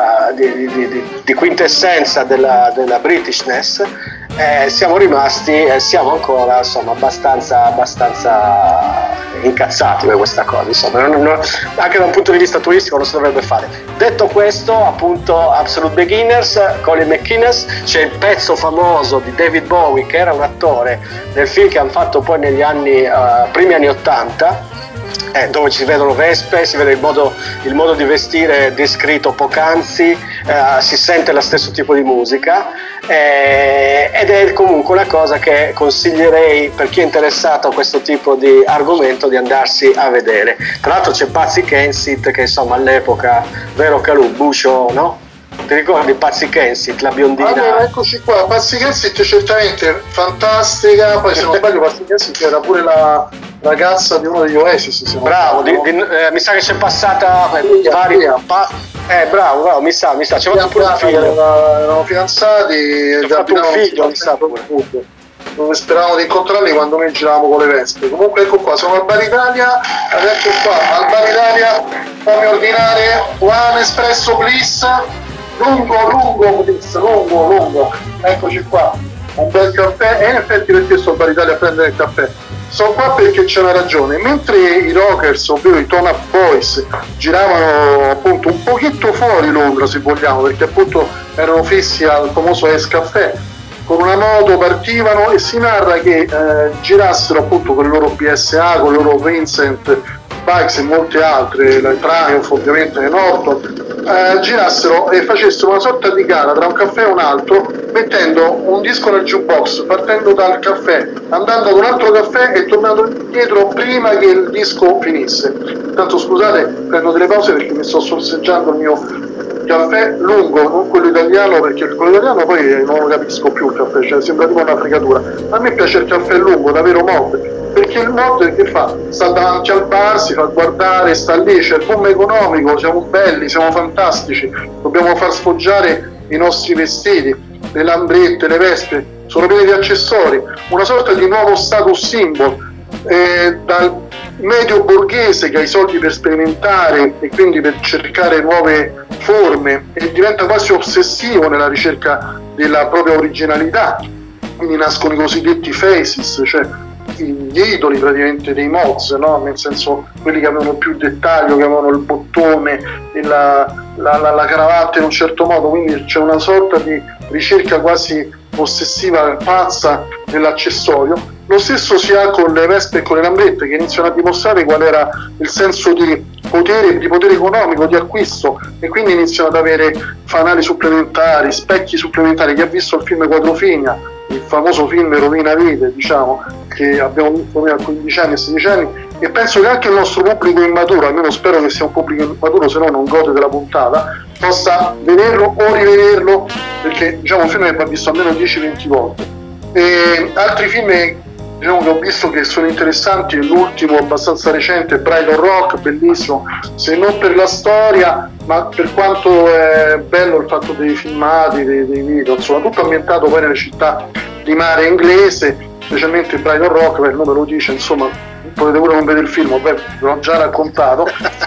quintessenza della Britishness. Siamo rimasti e siamo ancora, insomma, abbastanza incazzati per questa cosa, insomma, anche da un punto di vista turistico non si dovrebbe fare. Detto questo, appunto, Absolute Beginners, Colin McInnes, c'è il pezzo famoso di David Bowie, che era un attore del film che hanno fatto poi negli primi anni '80, dove ci vedono vespe, si vede il modo di vestire descritto poc'anzi, si sente lo stesso tipo di musica, ed è comunque una cosa che consiglierei per chi è interessato a questo tipo di argomento di andarsi a vedere. Tra l'altro c'è Patsy Kensit, che insomma all'epoca, vero Calù, Bucio, no? Ti ricordi Patsy Kensit, la biondina? Allora, eccoci qua, Patsy Kensit certamente fantastica, poi se non sbaglio Patsy Kensit era pure la ragazza di uno degli Oasis. Bravo, mi sa che c'è passata bravo, mi sa, c'è fatto pure un figlio. Erano fidanzati, c'è fatto un figlio, mi sa pure. dove speravamo di incontrarli quando noi giravamo con le Vespe. Comunque ecco qua, sono al Bar Italia, adesso qua al Bar Italia fammi ordinare one espresso please, lungo please, lungo, eccoci qua, un bel caffè. E in effetti perché sto al Bar Italia a prendere il caffè? Sono qua perché c'è una ragione. Mentre i rockers, ovvero i Tone Up Boys, giravano appunto un pochetto fuori Londra, se vogliamo, perché appunto erano fissi al famoso Escafè, con una moto partivano, e si narra che girassero appunto con il loro PSA, con il loro Vincent Bikes e molte altre, la Triumph ovviamente, le Norton, girassero e facessero una sorta di gara tra un caffè e un altro, mettendo un disco nel jukebox, partendo dal caffè, andando ad un altro caffè e tornando indietro prima che il disco finisse. Tanto scusate, prendo delle pause perché mi sto sorseggiando il mio caffè lungo, non quello italiano, perché quello italiano poi non lo capisco più il caffè, cioè sembra tipo una fregatura. A me piace il caffè lungo, davvero mod, perché il mod che fa? Sta davanti al bar, si fa guardare, sta lì, c'è il boom economico, siamo belli, siamo fantastici, dobbiamo far sfoggiare i nostri vestiti, le lambrette, le vespe, sono pieni di accessori, una sorta di nuovo status symbol, dal medio borghese che ha i soldi per sperimentare e quindi per cercare nuove forme, e diventa quasi ossessivo nella ricerca della propria originalità. Quindi nascono i cosiddetti faces, cioè gli idoli praticamente dei mods, no? Nel senso quelli che avevano più dettaglio, che avevano il bottone e la cravatta in un certo modo, quindi c'è una sorta di ricerca quasi ossessiva, pazza nell'accessorio. Lo stesso si ha con le vespe e con le lambrette, che iniziano a dimostrare qual era il senso di potere economico, di acquisto, e quindi iniziano ad avere fanali supplementari, specchi supplementari. Chi ha visto il film Quadrofinia, il famoso film Rovina Vite, diciamo, che abbiamo visto noi a 15 anni e 16 anni, e penso che anche il nostro pubblico immaturo, almeno spero che sia un pubblico immaturo, se no non gode della puntata, possa vederlo o rivederlo, perché diciamo un film che va visto almeno 10-20 volte. E altri film, diciamo, che ho visto che sono interessanti, l'ultimo abbastanza recente, Brighton Rock, bellissimo, se non per la storia ma per quanto è bello il fatto dei filmati, dei video, insomma tutto ambientato poi nelle città di mare inglese, specialmente Brighton Rock, il nome lo dice, insomma potete pure non vedere il film, vabbè, ve l'ho già raccontato.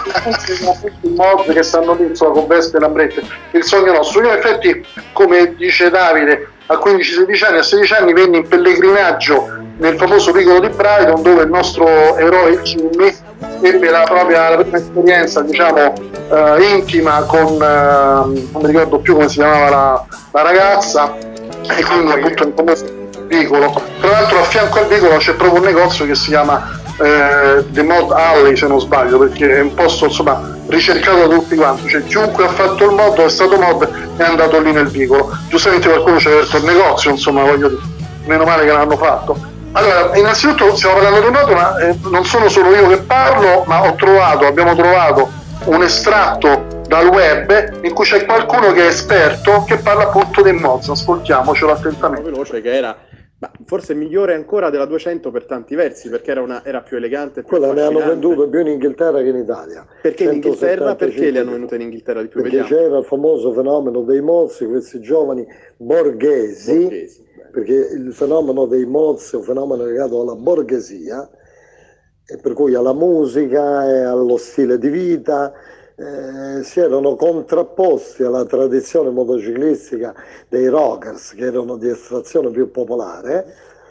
I mod che stanno lì, insomma, con vespe e lambrette, il sogno nostro. Io in effetti, come dice Davide, a 15-16 anni, a 16 anni venni in pellegrinaggio nel famoso vicolo di Brighton, dove il nostro eroe Jimmy ebbe la prima esperienza, diciamo, intima con non mi ricordo più come si chiamava la ragazza, e quindi appunto nel famoso vicolo. Tra l'altro a fianco al vicolo c'è proprio un negozio che si chiama The Mod Alley, se non sbaglio, perché è un posto insomma ricercato da tutti quanti, cioè chiunque ha fatto il mod o è stato mod è andato lì nel vicolo. Giustamente qualcuno ci ha aperto il negozio, insomma, voglio dire, meno male che l'hanno fatto. Allora, innanzitutto stiamo parlando di mod, ma non sono solo io che parlo, ma abbiamo trovato un estratto dal web in cui c'è qualcuno che è esperto che parla appunto dei mods. Ascoltiamocelo attentamente. Veloce, che era forse migliore ancora della 200 per tanti versi, perché era più elegante, più quella ne hanno venduto più in Inghilterra che in Italia. Perché in Inghilterra? Perché le hanno vendute in Inghilterra di più? Perché c'era il famoso fenomeno dei mods, questi giovani borghesi. Perché il fenomeno dei mods è un fenomeno legato alla borghesia, e per cui alla musica e allo stile di vita, si erano contrapposti alla tradizione motociclistica dei rockers, che erano di estrazione più popolare,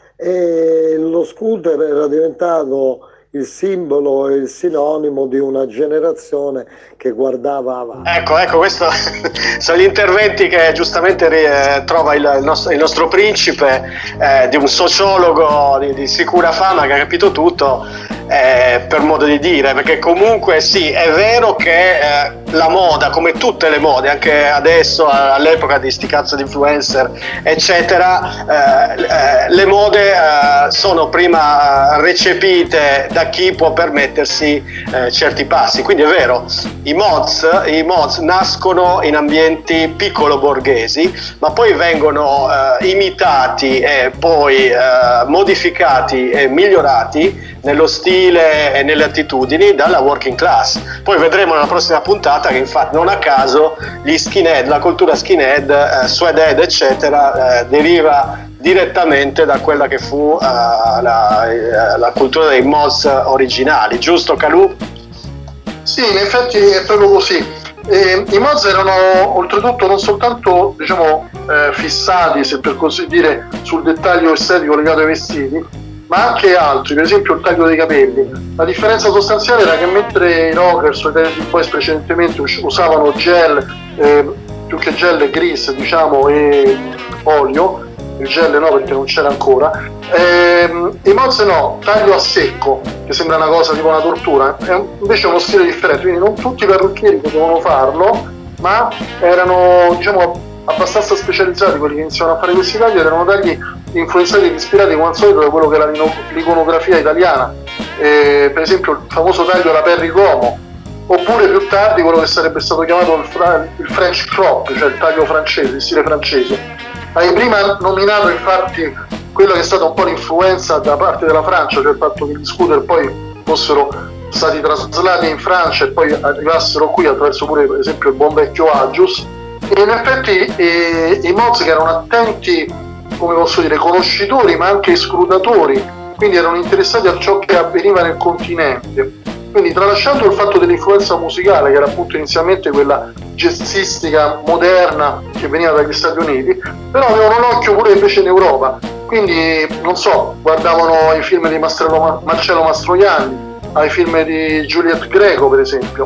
e lo scooter era diventato il simbolo e il sinonimo di una generazione che guardava avanti. Ecco, questo sono gli interventi che giustamente trova il nostro principe, di un sociologo di sicura fama che ha capito tutto, per modo di dire, perché comunque sì, è vero che la moda, come tutte le mode, anche adesso all'epoca di sti cazzo di influencer eccetera, le mode sono prima recepite da chi può permettersi certi passi, quindi è vero, i mods nascono in ambienti piccolo borghesi, ma poi vengono imitati e poi modificati e migliorati nello stile e nelle attitudini dalla working class. Poi vedremo nella prossima puntata che infatti non a caso gli skinhead, la cultura skinhead, suedehead eccetera, deriva direttamente da quella che fu la cultura dei mods originali, giusto Calù? Sì, in effetti è proprio così. I mods erano oltretutto non soltanto fissati, se per così dire, sul dettaglio estetico legato ai vestiti, ma anche altri, per esempio il taglio dei capelli. La differenza sostanziale era che mentre i rockers o i David Boys precedentemente usavano gel, più che gel grease diciamo, e olio, il gel no perché non c'era ancora, i mods no, taglio a secco, che sembra una cosa tipo una tortura, invece è uno stile differente, quindi non tutti i parrucchieri potevano farlo, ma erano diciamo abbastanza specializzati quelli che iniziavano a fare questi tagli, erano tagli influenzati ed ispirati come al solito da quello che era l'iconografia italiana, per esempio il famoso taglio alla Perry Como, oppure più tardi quello che sarebbe stato chiamato il French crop, cioè il taglio francese, il stile francese. Hai prima nominato infatti quella che è stata un po' l'influenza da parte della Francia, cioè il fatto che gli scooter poi fossero stati traslati in Francia e poi arrivassero qui attraverso pure per esempio il buon vecchio Agius, e in effetti i mods che erano attenti, come posso dire, conoscitori ma anche scrutatori, quindi erano interessati a ciò che avveniva nel continente. Quindi tralasciando il fatto dell'influenza musicale, che era appunto inizialmente quella jazzistica moderna che veniva dagli Stati Uniti, però avevano l'occhio pure invece in Europa, quindi non so, guardavano i film di Marcello Mastroianni, ai film di Juliette Greco per esempio,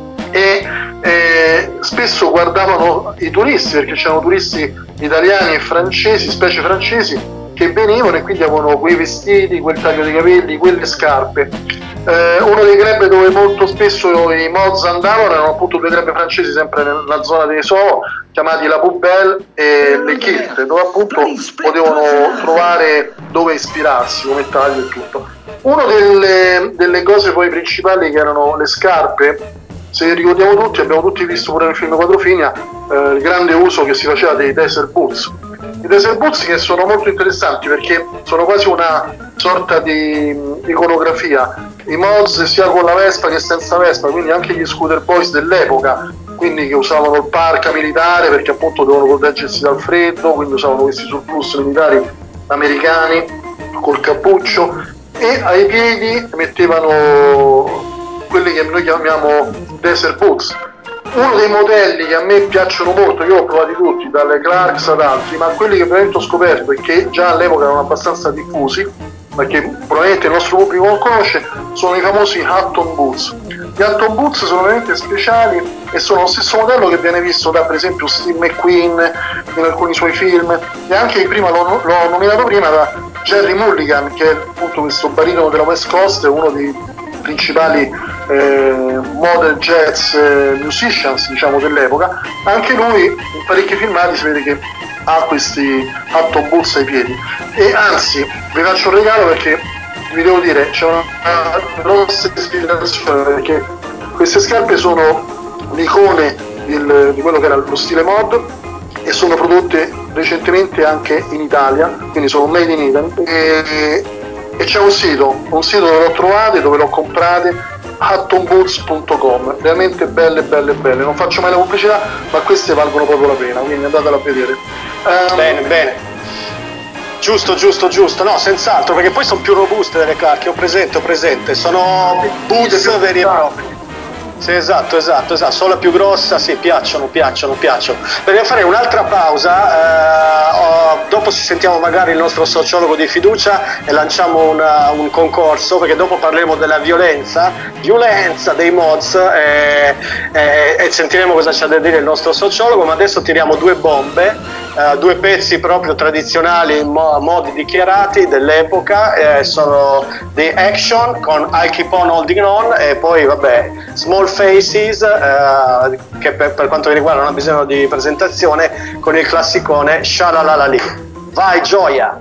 e spesso guardavano i turisti, perché c'erano turisti italiani e francesi, specie francesi, che venivano e quindi avevano quei vestiti, quel taglio di capelli, quelle scarpe. Uno dei club dove molto spesso i mods andavano erano appunto due club francesi sempre nella zona dei Soho, chiamati La Poubelle e Le Kilt, dove appunto potevano trovare dove ispirarsi come taglio e tutto. Una delle cose poi principali, che erano le scarpe, se ricordiamo tutti, abbiamo tutti visto pure nel film Quadrofinia il grande uso che si faceva dei desert boots. I desert boots che sono molto interessanti perché sono quasi una sorta di iconografia, i mods sia con la Vespa che senza Vespa, quindi anche gli scooter boys dell'epoca, quindi che usavano il parka militare perché appunto dovevano proteggersi dal freddo, quindi usavano questi surplus militari americani col cappuccio, e ai piedi mettevano quelli che noi chiamiamo desert boots. Uno dei modelli che a me piacciono molto, io ho provati tutti, dalle Clarks ad altri, ma quelli che veramente ho scoperto e che già all'epoca erano abbastanza diffusi, ma che probabilmente il nostro pubblico non conosce, sono i famosi Hutton Boots. Gli Hutton Boots sono veramente speciali e sono lo stesso modello che viene visto da per esempio Steve McQueen in alcuni suoi film, e anche prima l'ho nominato prima da Jerry Mulligan, che è appunto questo baritono della West Coast, uno dei principali model jazz musicians diciamo dell'epoca. Anche lui in parecchi filmati si vede che ha questi Hutton Boots ai piedi, e anzi vi faccio un regalo perché vi devo dire c'è una grossa ispirazione, perché queste scarpe sono l'icone di quello che era lo stile mod e sono prodotte recentemente anche in Italia, quindi sono made in Italy, e c'è un sito dove l'ho trovate, dove l'ho comprate, huttonboots.com, veramente belle, non faccio mai la pubblicità, ma queste valgono proprio la pena, quindi andatela a vedere. Bene, giusto, no, senz'altro, perché poi sono più robuste delle Clark, ho presente, sono boots veri e propri. Sì, esatto, solo più grossa, sì, piacciono. Perché farei un'altra pausa, dopo sentiamo magari il nostro sociologo di fiducia e lanciamo un concorso, perché dopo parleremo della violenza dei mods e sentiremo cosa c'ha da dire il nostro sociologo, ma adesso tiriamo due bombe, due pezzi proprio tradizionali in modi dichiarati dell'epoca, sono The Action con I Keep On Holding On, e poi vabbè Small Faces, che per quanto mi riguarda non ha bisogno di presentazione, con il classicone Shalalalali. Vai Gioia!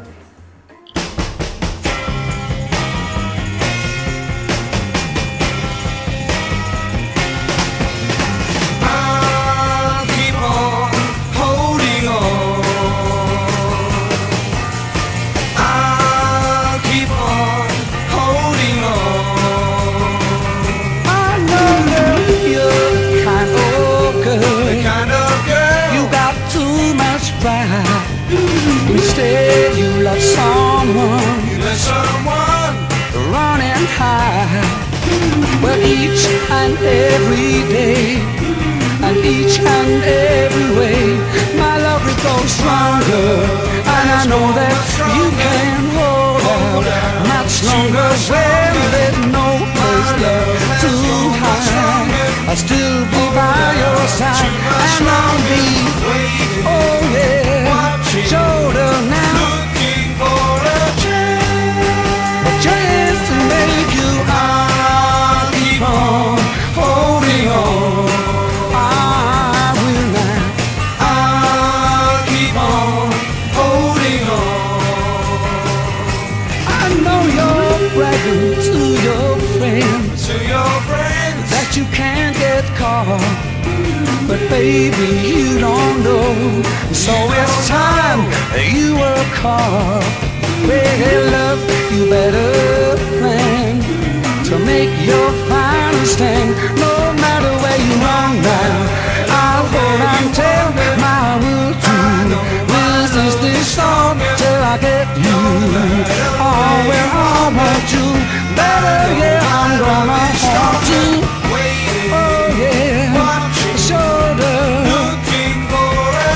Instead you Well, each and every day, and each and every way, my love will grow stronger, and I know that you can hold out much longer. When there's no place left to hide, I'll still be by your side, and I'll be, oh yeah, shoulder now, looking for a chance to make you. I'll keep on holding on. I will now. I'll keep on holding on. I know you're bragging to your friends, that you can't get caught. But baby, you don't know. So it's time you were caught. Well, love, you better plan to make your final stand. No matter where you run now, I'll hold on till my will to resist this thought till I get you. Oh, well, I want you better, yeah, I'm gonna hold you. Oh, yeah, shoulder, looking for a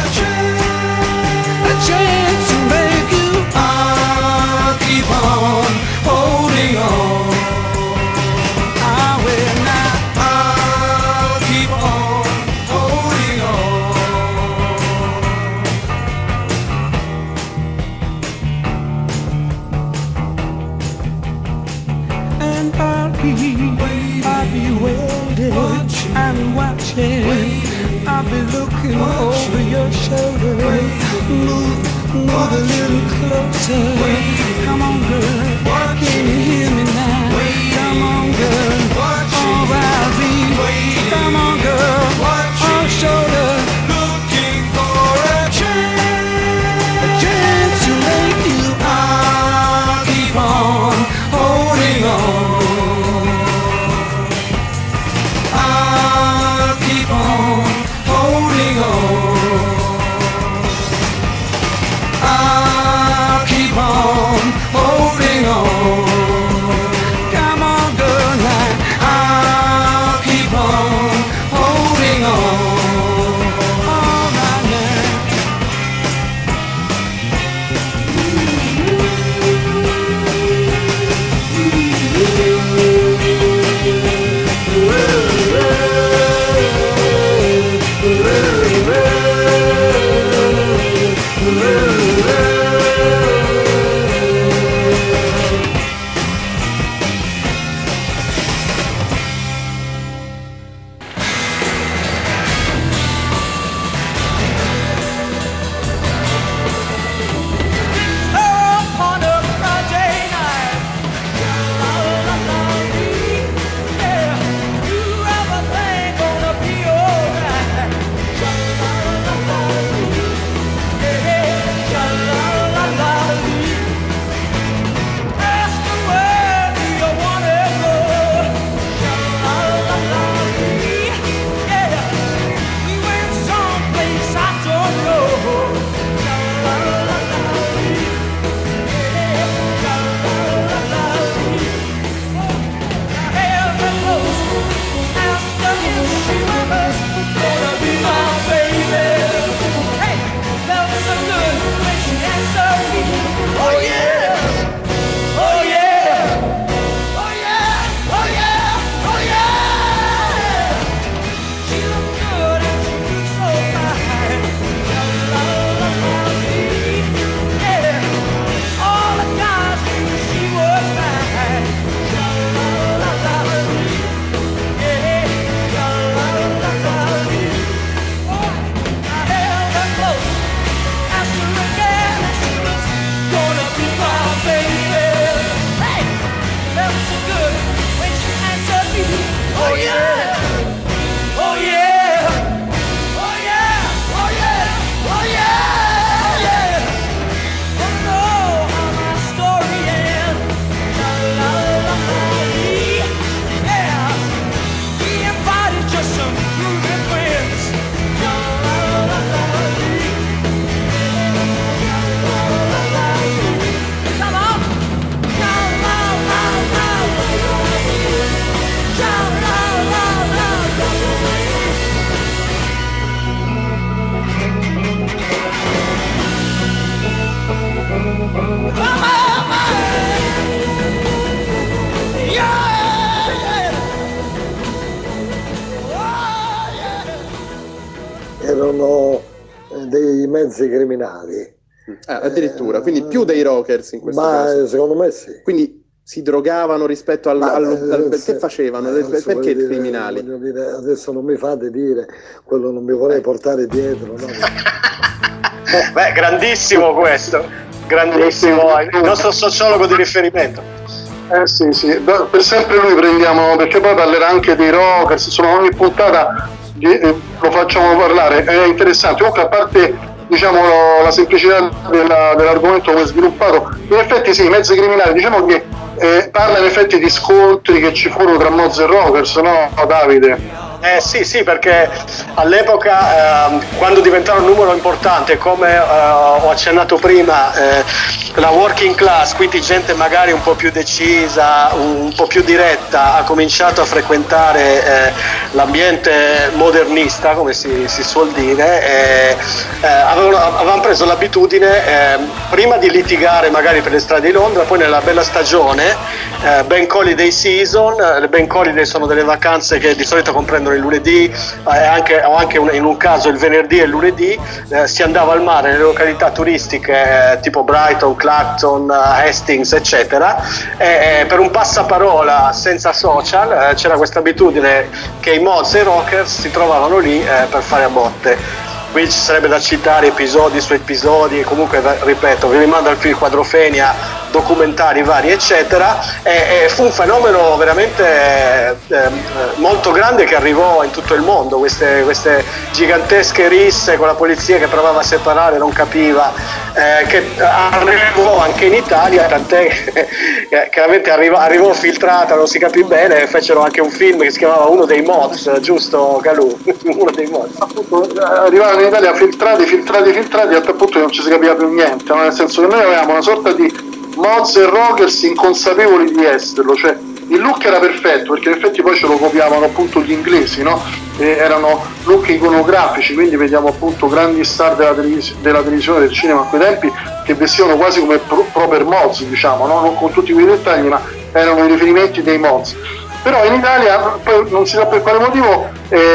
chance to make you. I'll keep on holding on. I will not. I'll keep on holding on. And I'll be waiting and watching. I'll be looking over your shoulder. Move a little closer. Come on, girl. Can you hear me now? Come on, girl. Oh, I'll be. Come on, girl. On shoulder. Looking for a chance to make you. I'll keep on holding on. I'll keep on holding on. I'll keep on holding on. Come on, girl, now. I'll keep on holding on. All right now. Upon a Friday night, yeah, everything gonna be alright. Ask her where do you wanna go? Yeah, we went someplace I don't know. Oh yeah! Oh yeah! Oh yeah! Oh yeah! Oh yeah! She looked good and she looked so fine. Yeah, all the guys knew she was fine. I held her close, asked her again if she was gonna be my baby. Hey, felt so good when she answered me. Oh yeah, oh yeah, oh yeah, oh yeah, oh yeah, yeah. Wanna know how my story ends? Yeah, we invited just some groovy friends. Come on, now, now, now, now. erano dei mezzi criminali. Addirittura, quindi più dei rockers in questo Ma caso. secondo me sì. Quindi si drogavano rispetto che facevano? Perché i criminali? Voglio dire, adesso non mi fate dire, quello non mi vorrei portare dietro. No? Beh, grandissimo questo, grandissimo, il nostro sociologo di riferimento. Sì, per sempre lui prendiamo, perché poi parlerà anche dei rockers, insomma ogni puntata lo facciamo parlare, è interessante. Comunque, a parte diciamo la semplicità dell'argomento come è sviluppato, in effetti sì, i mezzi criminali, diciamo che parla in effetti di scontri che ci furono tra Moz e rockers, no Davide? Sì, perché all'epoca quando diventarono un numero importante, come ho accennato prima, la working class, quindi gente magari un po' più decisa, un po' più diretta, ha cominciato a frequentare l'ambiente modernista, come si suol dire, avevano preso l'abitudine, prima di litigare magari per le strade di Londra, poi nella bella stagione, Bank Holiday Season, le Bank Holiday sono delle vacanze che di solito comprendono il lunedì, o anche in un caso il venerdì e il lunedì, si andava al mare nelle località turistiche tipo Brighton, Clacton, Hastings eccetera, per un passaparola senza social c'era questa abitudine che i Moz e i rockers si trovavano lì per fare a botte. Qui ci sarebbe da citare episodi su episodi, comunque ripeto, vi rimando al film Quadrofenia, documentari vari eccetera, e fu un fenomeno veramente molto grande che arrivò in tutto il mondo, queste gigantesche risse con la polizia che provava a separare, non capiva, che arrivò anche in Italia, tant'è che chiaramente arrivò filtrata, non si capì bene, fecero anche un film che si chiamava Uno dei Mods, giusto Galù? Uno dei Mods. Appunto, arrivavano in Italia filtrati, a tal punto che non ci si capiva più niente, no? Nel senso che noi avevamo una sorta di Moz e rockers inconsapevoli di esserlo, cioè il look era perfetto, perché in effetti poi ce lo copiavano appunto gli inglesi, no? E erano look iconografici, quindi vediamo appunto grandi star della televisione, del cinema a quei tempi, che vestivano quasi come proper Moz, diciamo, no? Non con tutti quei dettagli, ma erano i riferimenti dei Moz. Però in Italia, poi non si sa per quale motivo,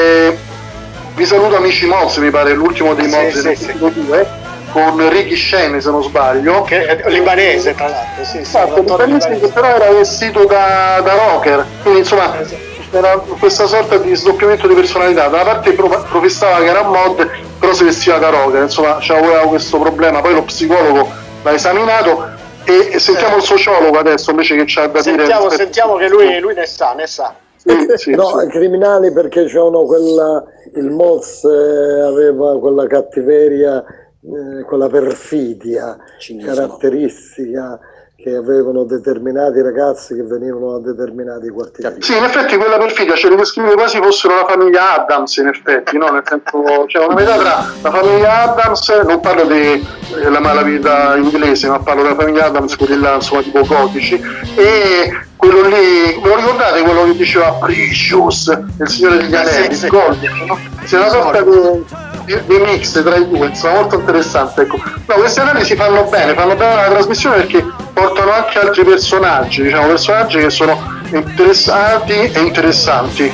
vi saluto Amici Moz, mi pare l'ultimo dei Moz del 2, con Ricky Shane se non sbaglio, che è libanese tra l'altro, libanese, che però era vestito da rocker, quindi insomma era questa sorta di sdoppiamento di personalità. Da una parte professava che era mod, però si vestiva da rocker, insomma c'aveva questo problema. Poi lo psicologo l'ha esaminato e sentiamo il sociologo adesso invece che c'ha da dire. Sentiamo che lui ne sa. Sì. Criminali, perché c'erano il Moz aveva quella cattiveria, quella perfidia caratteristica che avevano determinati ragazzi che venivano da determinati quartieri. Sì, in effetti quella perfidia ce li descrive quasi fossero la famiglia Addams, in effetti, no? Nel senso, c'è una metà tra la famiglia Addams, non parlo della malavita inglese, ma parlo della famiglia Addams, quelli là, insomma, tipo gotici, e quello lì, lo ricordate quello che diceva Precious, il Signore degli Anelli, Golden, no? C'è una sorta di mix tra i due, insomma, molto interessante, ecco. No, queste analisi fanno bene la trasmissione, perché portano anche altri personaggi, diciamo personaggi che sono interessati e interessanti.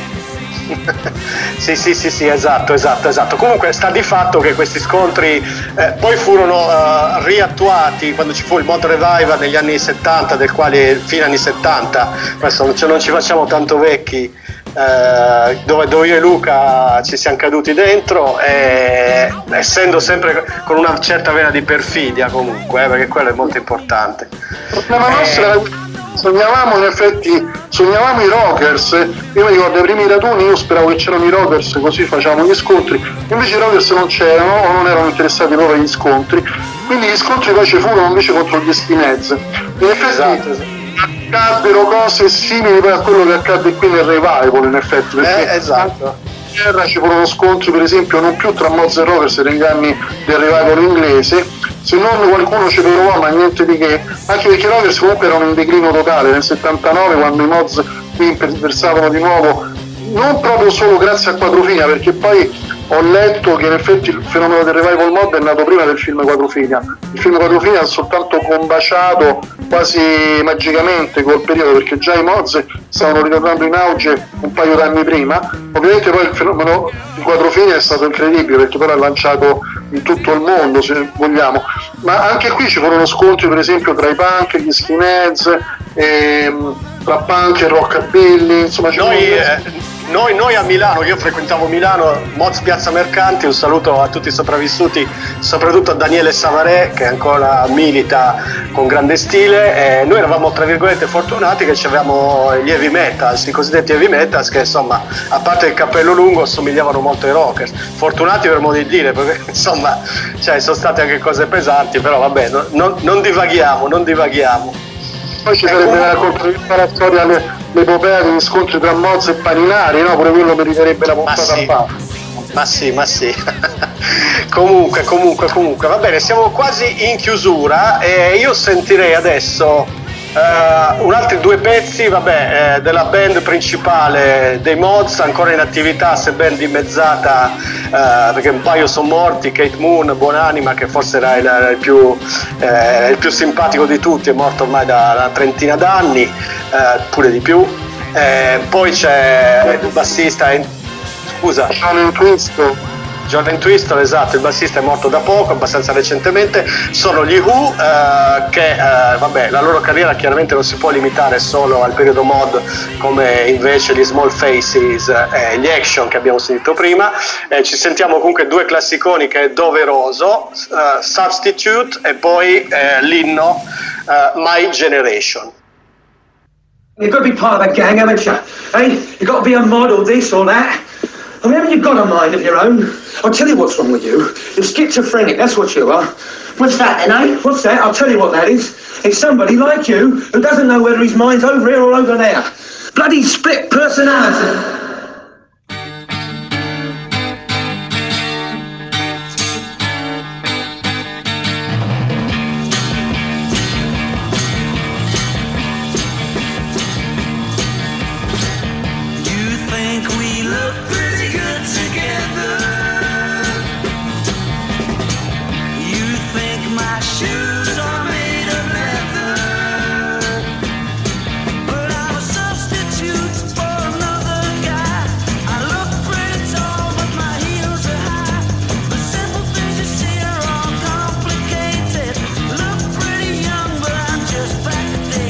Sì, esatto. Comunque sta di fatto che questi scontri poi furono riattuati quando ci fu il Mod Revival negli anni 70, del quale fine anni 70, adesso non ci facciamo tanto vecchi, dove io e Luca ci siamo caduti dentro, essendo sempre con una certa vena di perfidia comunque, perché quello è molto importante. Il problema nostro era sognavamo i rockers. Io mi ricordo i primi raduni, io speravo che c'erano i rockers, così facevamo gli scontri, invece i rockers non c'erano o non erano interessati proprio agli scontri, quindi gli scontri poi ci furono invece contro gli skinheads. In effetti accaddero cose simili poi a quello che accadde qui nel Revival, in effetti, perché in terra ci furono scontri, per esempio, non più tra Moz e rockers negli anni del Revival inglese, se non qualcuno ci provò, ma niente di che, anche perché i rockers comunque erano in declino totale nel 79, quando i Moz qui impersavano di nuovo, non proprio solo grazie a Quadrofenia, perché poi ho letto che in effetti il fenomeno del revival mod è nato prima del film Quadrofenia. Il film Quadrofenia ha soltanto combaciato quasi magicamente col periodo, perché già i Mods stavano ritornando in auge un paio d'anni prima. Ovviamente poi il fenomeno di Quattrofeni è stato incredibile, perché poi l'ha lanciato in tutto il mondo, se vogliamo, ma anche qui ci furono scontri per esempio tra i punk, gli skinheads, tra punk e rockabilly, insomma noi a Milano, io frequentavo Milano, Moz Piazza Mercanti, un saluto a tutti i sopravvissuti, soprattutto a Daniele Savarè che ancora milita con grande stile, e noi eravamo tra virgolette fortunati che avevamo gli heavy metals, i cosiddetti heavy metals, che insomma a parte il cappello lungo assomigliavano molto ai rockers, fortunati per modo di dire, perché insomma cioè, sono state anche cose pesanti, però vabbè, non divaghiamo. Poi ci sarebbe da raccontare la storia, l'epopea degli scontri tra Moz e Paninari, no? Pure quello meriterebbe la puntata a parte. Ma sì. comunque, va bene, siamo quasi in chiusura e io sentirei adesso un altri due pezzi, della band principale dei Mods, ancora in attività sebbene dimezzata, perché un paio sono morti, Kate Moon, buonanima, che forse era il più simpatico di tutti, è morto ormai da una trentina d'anni, pure di più. Poi c'è il bassista, scusa, Jordan Twistle, esatto, il bassista è morto da poco, abbastanza recentemente. Sono gli Who, che la loro carriera chiaramente non si può limitare solo al periodo mod, come invece gli Small Faces e gli Action che abbiamo sentito prima. Ci sentiamo comunque due classiconi che è doveroso, Substitute e poi l'inno My Generation. You've got to be part of a gang, haven't you? Hey, you've got to be a model, this or that. I mean, haven't you got a mind of your own? I'll tell you what's wrong with you. You're schizophrenic, that's what you are. What's that then, eh? What's that? I'll tell you what that is. It's somebody like you who doesn't know whether his mind's over here or over there. Bloody split personality.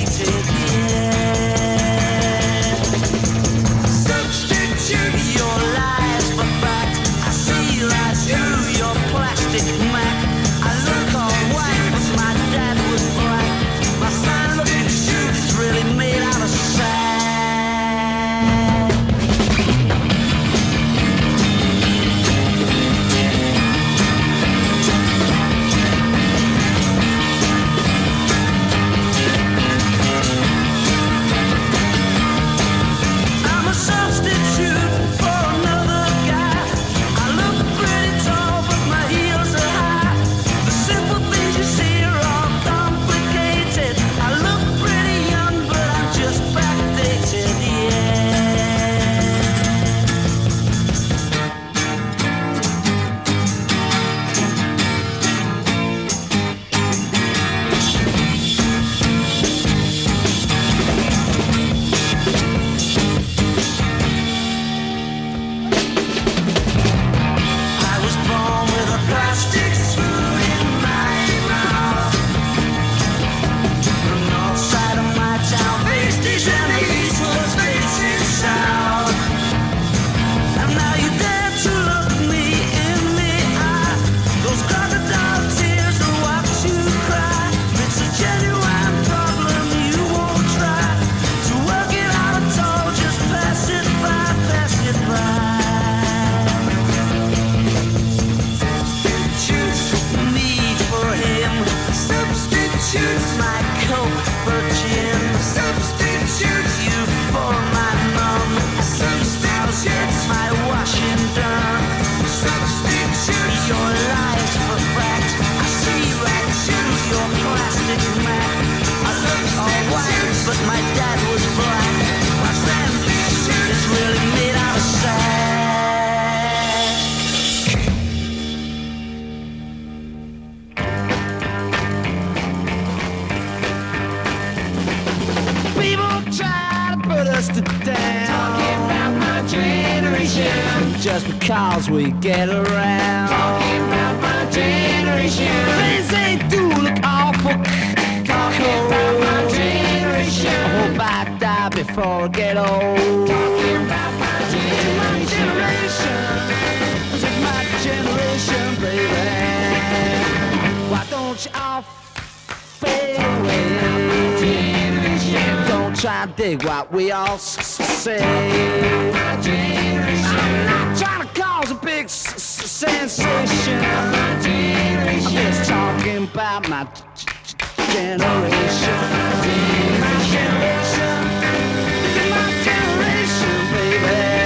Your just because we get around. Talking about my generation. Things they do look awful. Talking about my generation. I hope I die before I get old. Talking about my generation. This is my generation, baby. Why don't you all fade away? Don't try to dig what we all say. I'm not trying to cause a big sensation. I'm just talking about my generation. My generation. This is my generation, baby.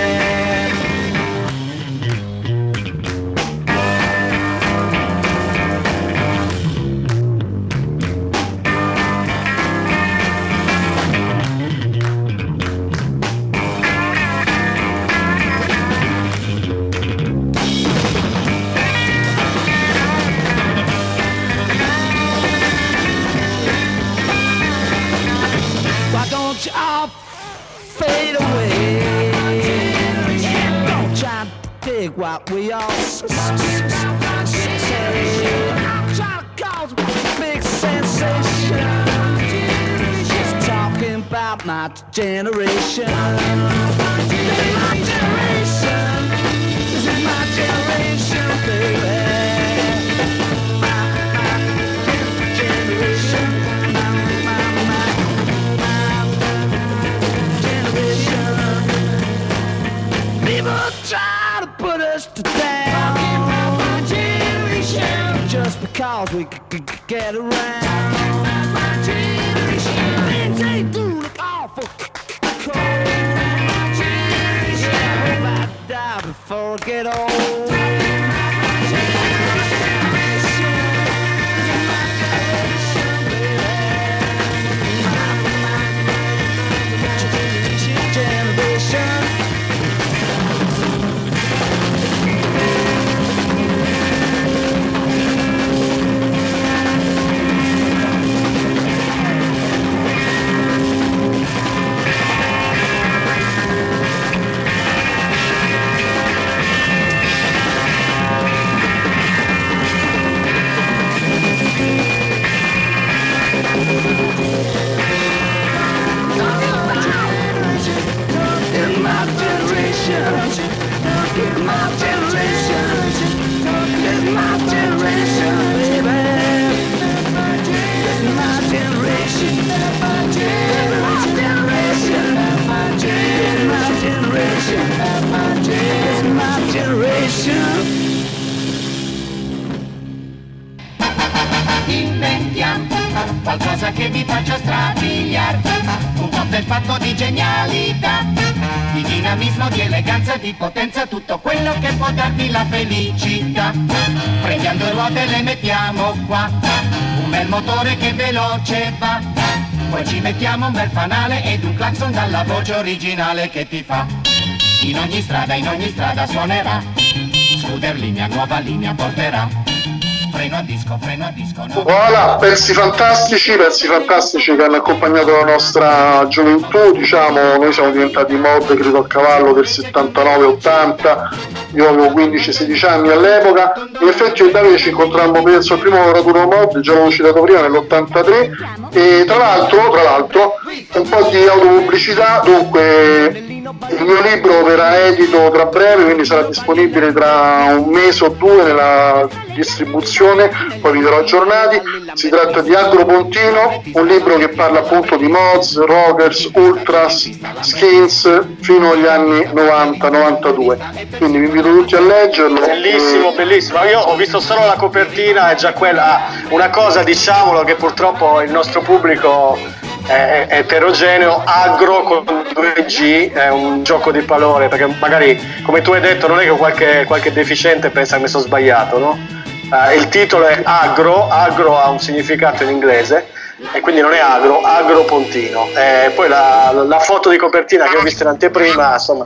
Don't you all fade away? Don't try to dig what we all say. I'm trying to cause a big sensation. Just talking about my generation. This is my generation. This is my generation, baby. Try to put us to down. Talking about my generation. Just because we get around. My generation. Things they do look awful cold. My generation. I hope I die before I get old. My generation. My generation, baby. Generation. Inventiamo qualcosa che vi faccia strabiliare, un cocktail fatto di genialità, di dinamismo, di eleganza, di potenza, tutto quello che può darvi la felicità. Prendiamo due ruote e le mettiamo qua, un bel motore che veloce va, poi ci mettiamo un bel fanale ed un clacson dalla voce originale che ti fa. In ogni strada suonerà, scooter linea, nuova linea porterà. Freno a disco, no. Voilà, pezzi fantastici che hanno accompagnato la nostra gioventù, diciamo. Noi siamo diventati mod, credo a cavallo del 79-80, io avevo 15-16 anni all'epoca. In effetti io e Davide ci incontrammo, penso, al primo raduno mod, già l'avevo citato prima, nell'83, e tra l'altro un po' di autopubblicità. Dunque, il mio libro verrà edito tra breve, quindi sarà disponibile tra un mese o due nella distribuzione, poi vi darò aggiornati. Si tratta di Agro Pontino, un libro che parla appunto di mods, rockers, ultras, skins fino agli anni 90-92, quindi vi invito tutti a leggerlo. Bellissimo, bellissimo. Io ho visto solo la copertina, è già quella. Una cosa, diciamolo, che purtroppo il nostro pubblico è eterogeneo. Agro con 2G è un gioco di parole, perché magari, come tu hai detto, non è che qualche deficiente pensa che mi sono sbagliato, no? Il titolo è Agro ha un significato in inglese e quindi non è Agro Pontino. Poi la foto di copertina che ho visto in anteprima, insomma.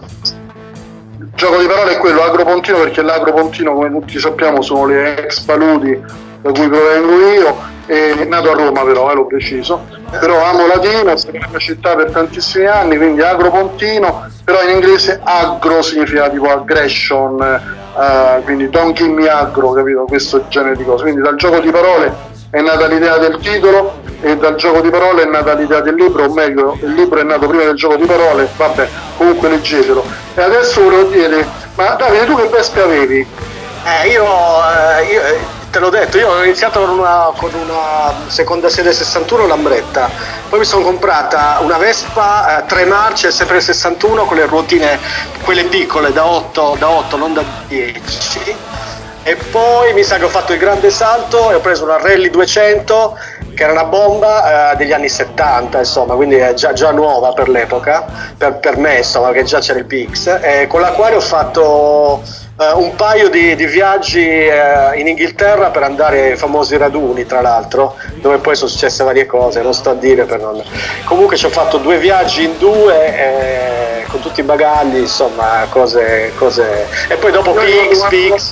Il gioco di parole è quello, Agro Pontino, perché l'Agro Pontino, come tutti sappiamo, sono le ex paludi da cui provengo io. È nato a Roma, però lo preciso, però amo Latina, è stata una città per tantissimi anni, quindi Agro Pontino. però in inglese aggro significa tipo aggression, quindi don't give me aggro, capito? Questo genere di cose. Quindi dal gioco di parole è nata l'idea del titolo e dal gioco di parole è nata l'idea del libro, o meglio il libro è nato prima del gioco di parole, vabbè, comunque leggetelo. E adesso volevo dire, ma Davide, tu che vespe avevi? Io te l'ho detto, io ho iniziato con una seconda serie 61 Lambretta, poi mi sono comprata una Vespa 3 marce, sempre 61 con le ruotine, quelle piccole da 8, non da 10, e poi mi sa che ho fatto il grande salto e ho preso una Rally 200 che era una bomba degli anni 70, insomma, quindi è già nuova per l'epoca, per me, insomma, che già c'era il PX, con la quale ho fatto un paio di viaggi in Inghilterra per andare ai famosi raduni, tra l'altro, dove poi sono successe varie cose, non sto a dire per non... Comunque ci ho fatto 2 viaggi in 2 con tutti i bagagli, insomma, cose... E poi dopo PX...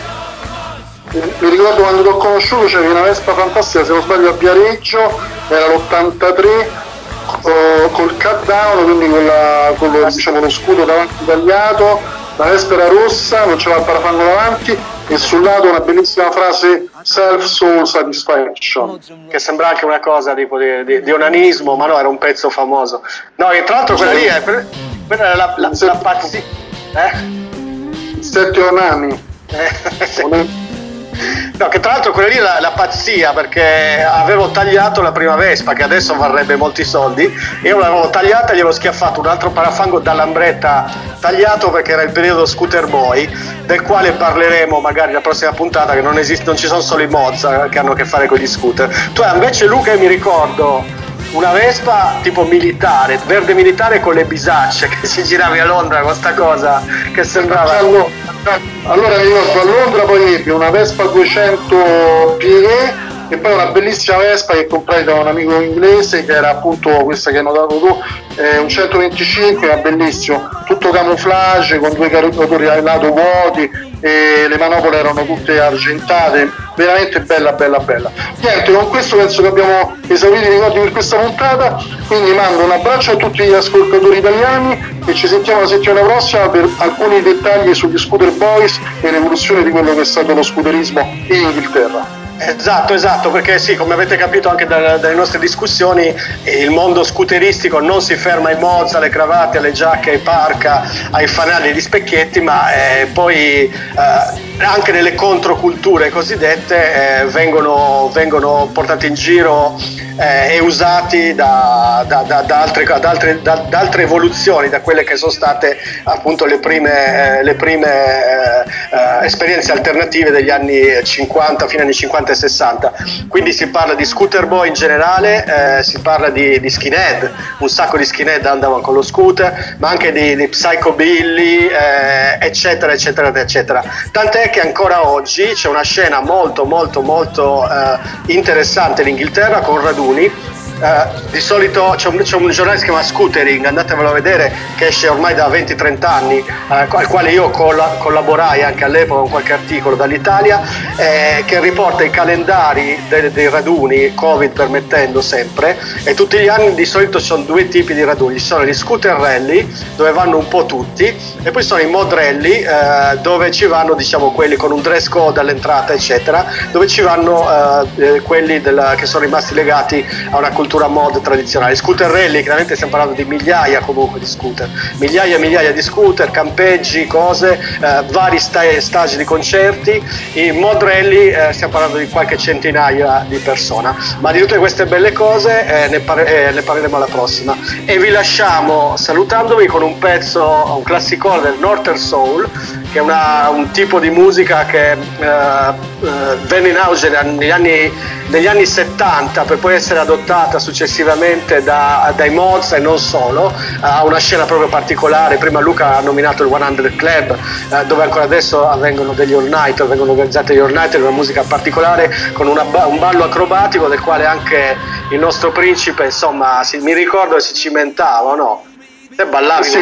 Mi ricordo quando ti ho conosciuto c'avevi una Vespa fantastica, se non sbaglio a Viareggio, era l'83 col cut down, quindi con diciamo, lo scudo davanti tagliato, la Vespa era rossa, non c'era il parafango davanti e sul lato una bellissima frase self soul satisfaction, che sembra anche una cosa tipo di onanismo, ma no, era un pezzo famoso. No, e tra l'altro quella lì è la pazzia. 7 onani. No, che tra l'altro quella lì è la pazzia, perché avevo tagliato la prima Vespa che adesso varrebbe molti soldi, io l'avevo tagliata e gli avevo schiaffato un altro parafango da Lambretta tagliato, perché era il periodo Scooter Boy, del quale parleremo magari la prossima puntata, che non ci sono solo i Mozza che hanno a che fare con gli scooter. Tu invece, Luca, mi ricordo una Vespa tipo militare, verde militare con le bisacce, che si giravi a Londra con sta cosa che sembrava... Allora mi ricordo a Londra poi ebbi una Vespa 200 pieghe e poi una bellissima Vespa che comprai da un amico inglese, che era appunto questa che hai notato tu, un 125, era bellissimo, tutto camouflage con 2 carburatori ai lato vuoti e le manopole erano tutte argentate, veramente bella. Niente, con questo penso che abbiamo esaurito i ricordi per questa puntata, quindi mando un abbraccio a tutti gli ascoltatori italiani e ci sentiamo la settimana prossima per alcuni dettagli sugli Scooter Boys e l'evoluzione di quello che è stato lo scooterismo in Inghilterra. Esatto, perché sì, come avete capito anche dalle nostre discussioni, il mondo scooteristico non si ferma ai Mozza, alle cravatte, alle giacche, ai parka, ai fanali e agli specchietti, ma poi anche nelle controculture cosiddette vengono portati in giro e usati da altre evoluzioni, da quelle che sono state appunto le prime esperienze alternative degli anni 50, fine anni 50 e 60. Quindi si parla di Scooter Boy in generale, si parla di skinhead, un sacco di skinhead andavano con lo scooter, ma anche di psychobilly, eccetera. Tant'è che ancora oggi c'è una scena molto interessante in Inghilterra con raduni. Di solito c'è un giornale che si chiama Scootering, andatevelo a vedere, che esce ormai da 20-30 anni, al quale io collaborai anche all'epoca con qualche articolo dall'Italia, che riporta i calendari dei raduni, Covid permettendo sempre, e tutti gli anni di solito ci sono 2 tipi di raduni: ci sono gli scooter rally, dove vanno un po' tutti, e poi sono i mod rally, dove ci vanno, diciamo, quelli con un dress code all'entrata eccetera, dove ci vanno quelli che sono rimasti legati a una cultura mod tradizionale. Scooter rally, chiaramente stiamo parlando di migliaia comunque di scooter, migliaia e migliaia di scooter, campeggi, cose, vari stage di concerti. I mod rally stiamo parlando di qualche centinaia di persone, ma di tutte queste belle cose ne parleremo alla prossima, e vi lasciamo salutandovi con un pezzo, un classicone del Northern Soul, che è un tipo di musica che venne in auge negli anni 70 per poi essere adottata successivamente dai Mozza e non solo. Ha una scena proprio particolare. Prima Luca ha nominato il 100 Club, dove ancora adesso avvengono degli all night, vengono organizzati degli all night, una musica particolare con un ballo acrobatico del quale anche il nostro principe, insomma, mi ricordo che si cimentava, no? Se ballavi sì,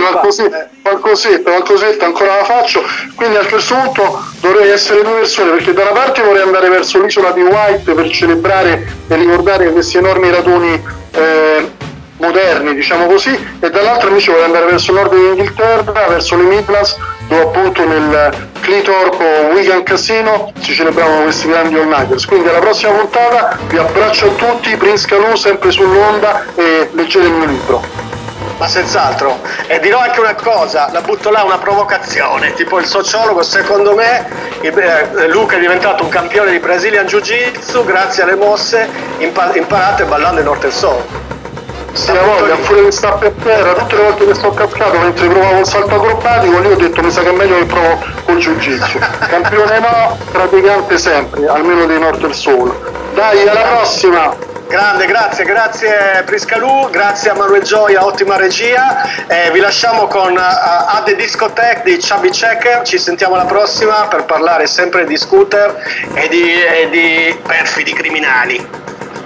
qualcosetta ancora la faccio, quindi a questo punto dovrei essere 2 versioni, perché da una parte vorrei andare verso l'isola di White per celebrare e ricordare questi enormi raduni moderni, diciamo così, e dall'altra invece vuole andare verso il nord dell'Inghilterra, verso le Midlands, dove appunto nel Cleethorpes o Wigan Casino si celebravano questi grandi all-nighters. Quindi alla prossima puntata, vi abbraccio a tutti, Prince Calù sempre sull'onda, e leggete il mio libro. Ma senz'altro, e dirò anche una cosa, la butto là, una provocazione, tipo il sociologo, secondo me Luca è diventato un campione di Brazilian Jiu-Jitsu grazie alle mosse imparate ballando in Northern Soul. Sì, la voglia, pure che sta per terra, tutte le volte che sto cascato mentre provavo il salto acrobatico, lì ho detto mi sa che è meglio che provo col Jiu-Jitsu. Campione no, praticante sempre, almeno dei Northern Soul. Dai, alla prossima! Grande, grazie Priscalù, grazie a Manuel Gioia, ottima regia. Vi lasciamo con A The Discotheque di Chubby Checker. Ci sentiamo alla prossima per parlare sempre di scooter e di perfidi criminali.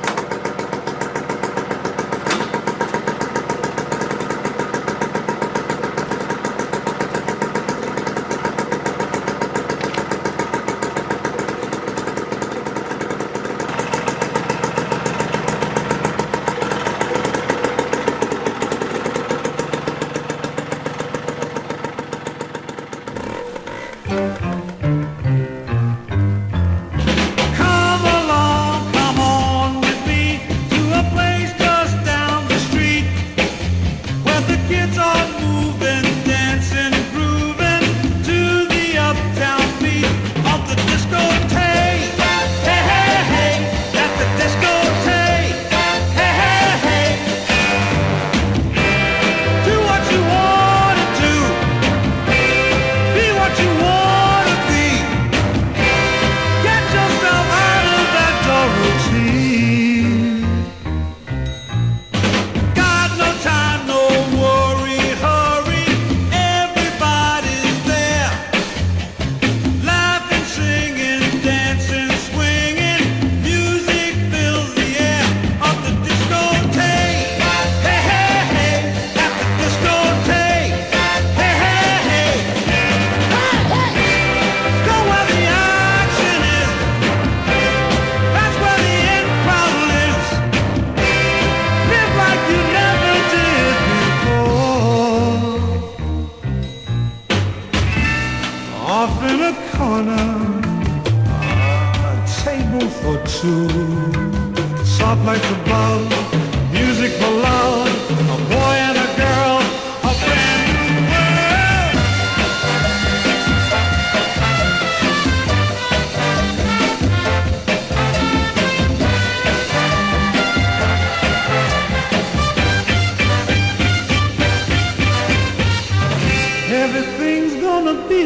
Everything's gonna be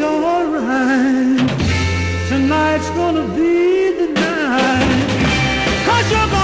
alright. Tonight's gonna be the night. 'Cause you're gonna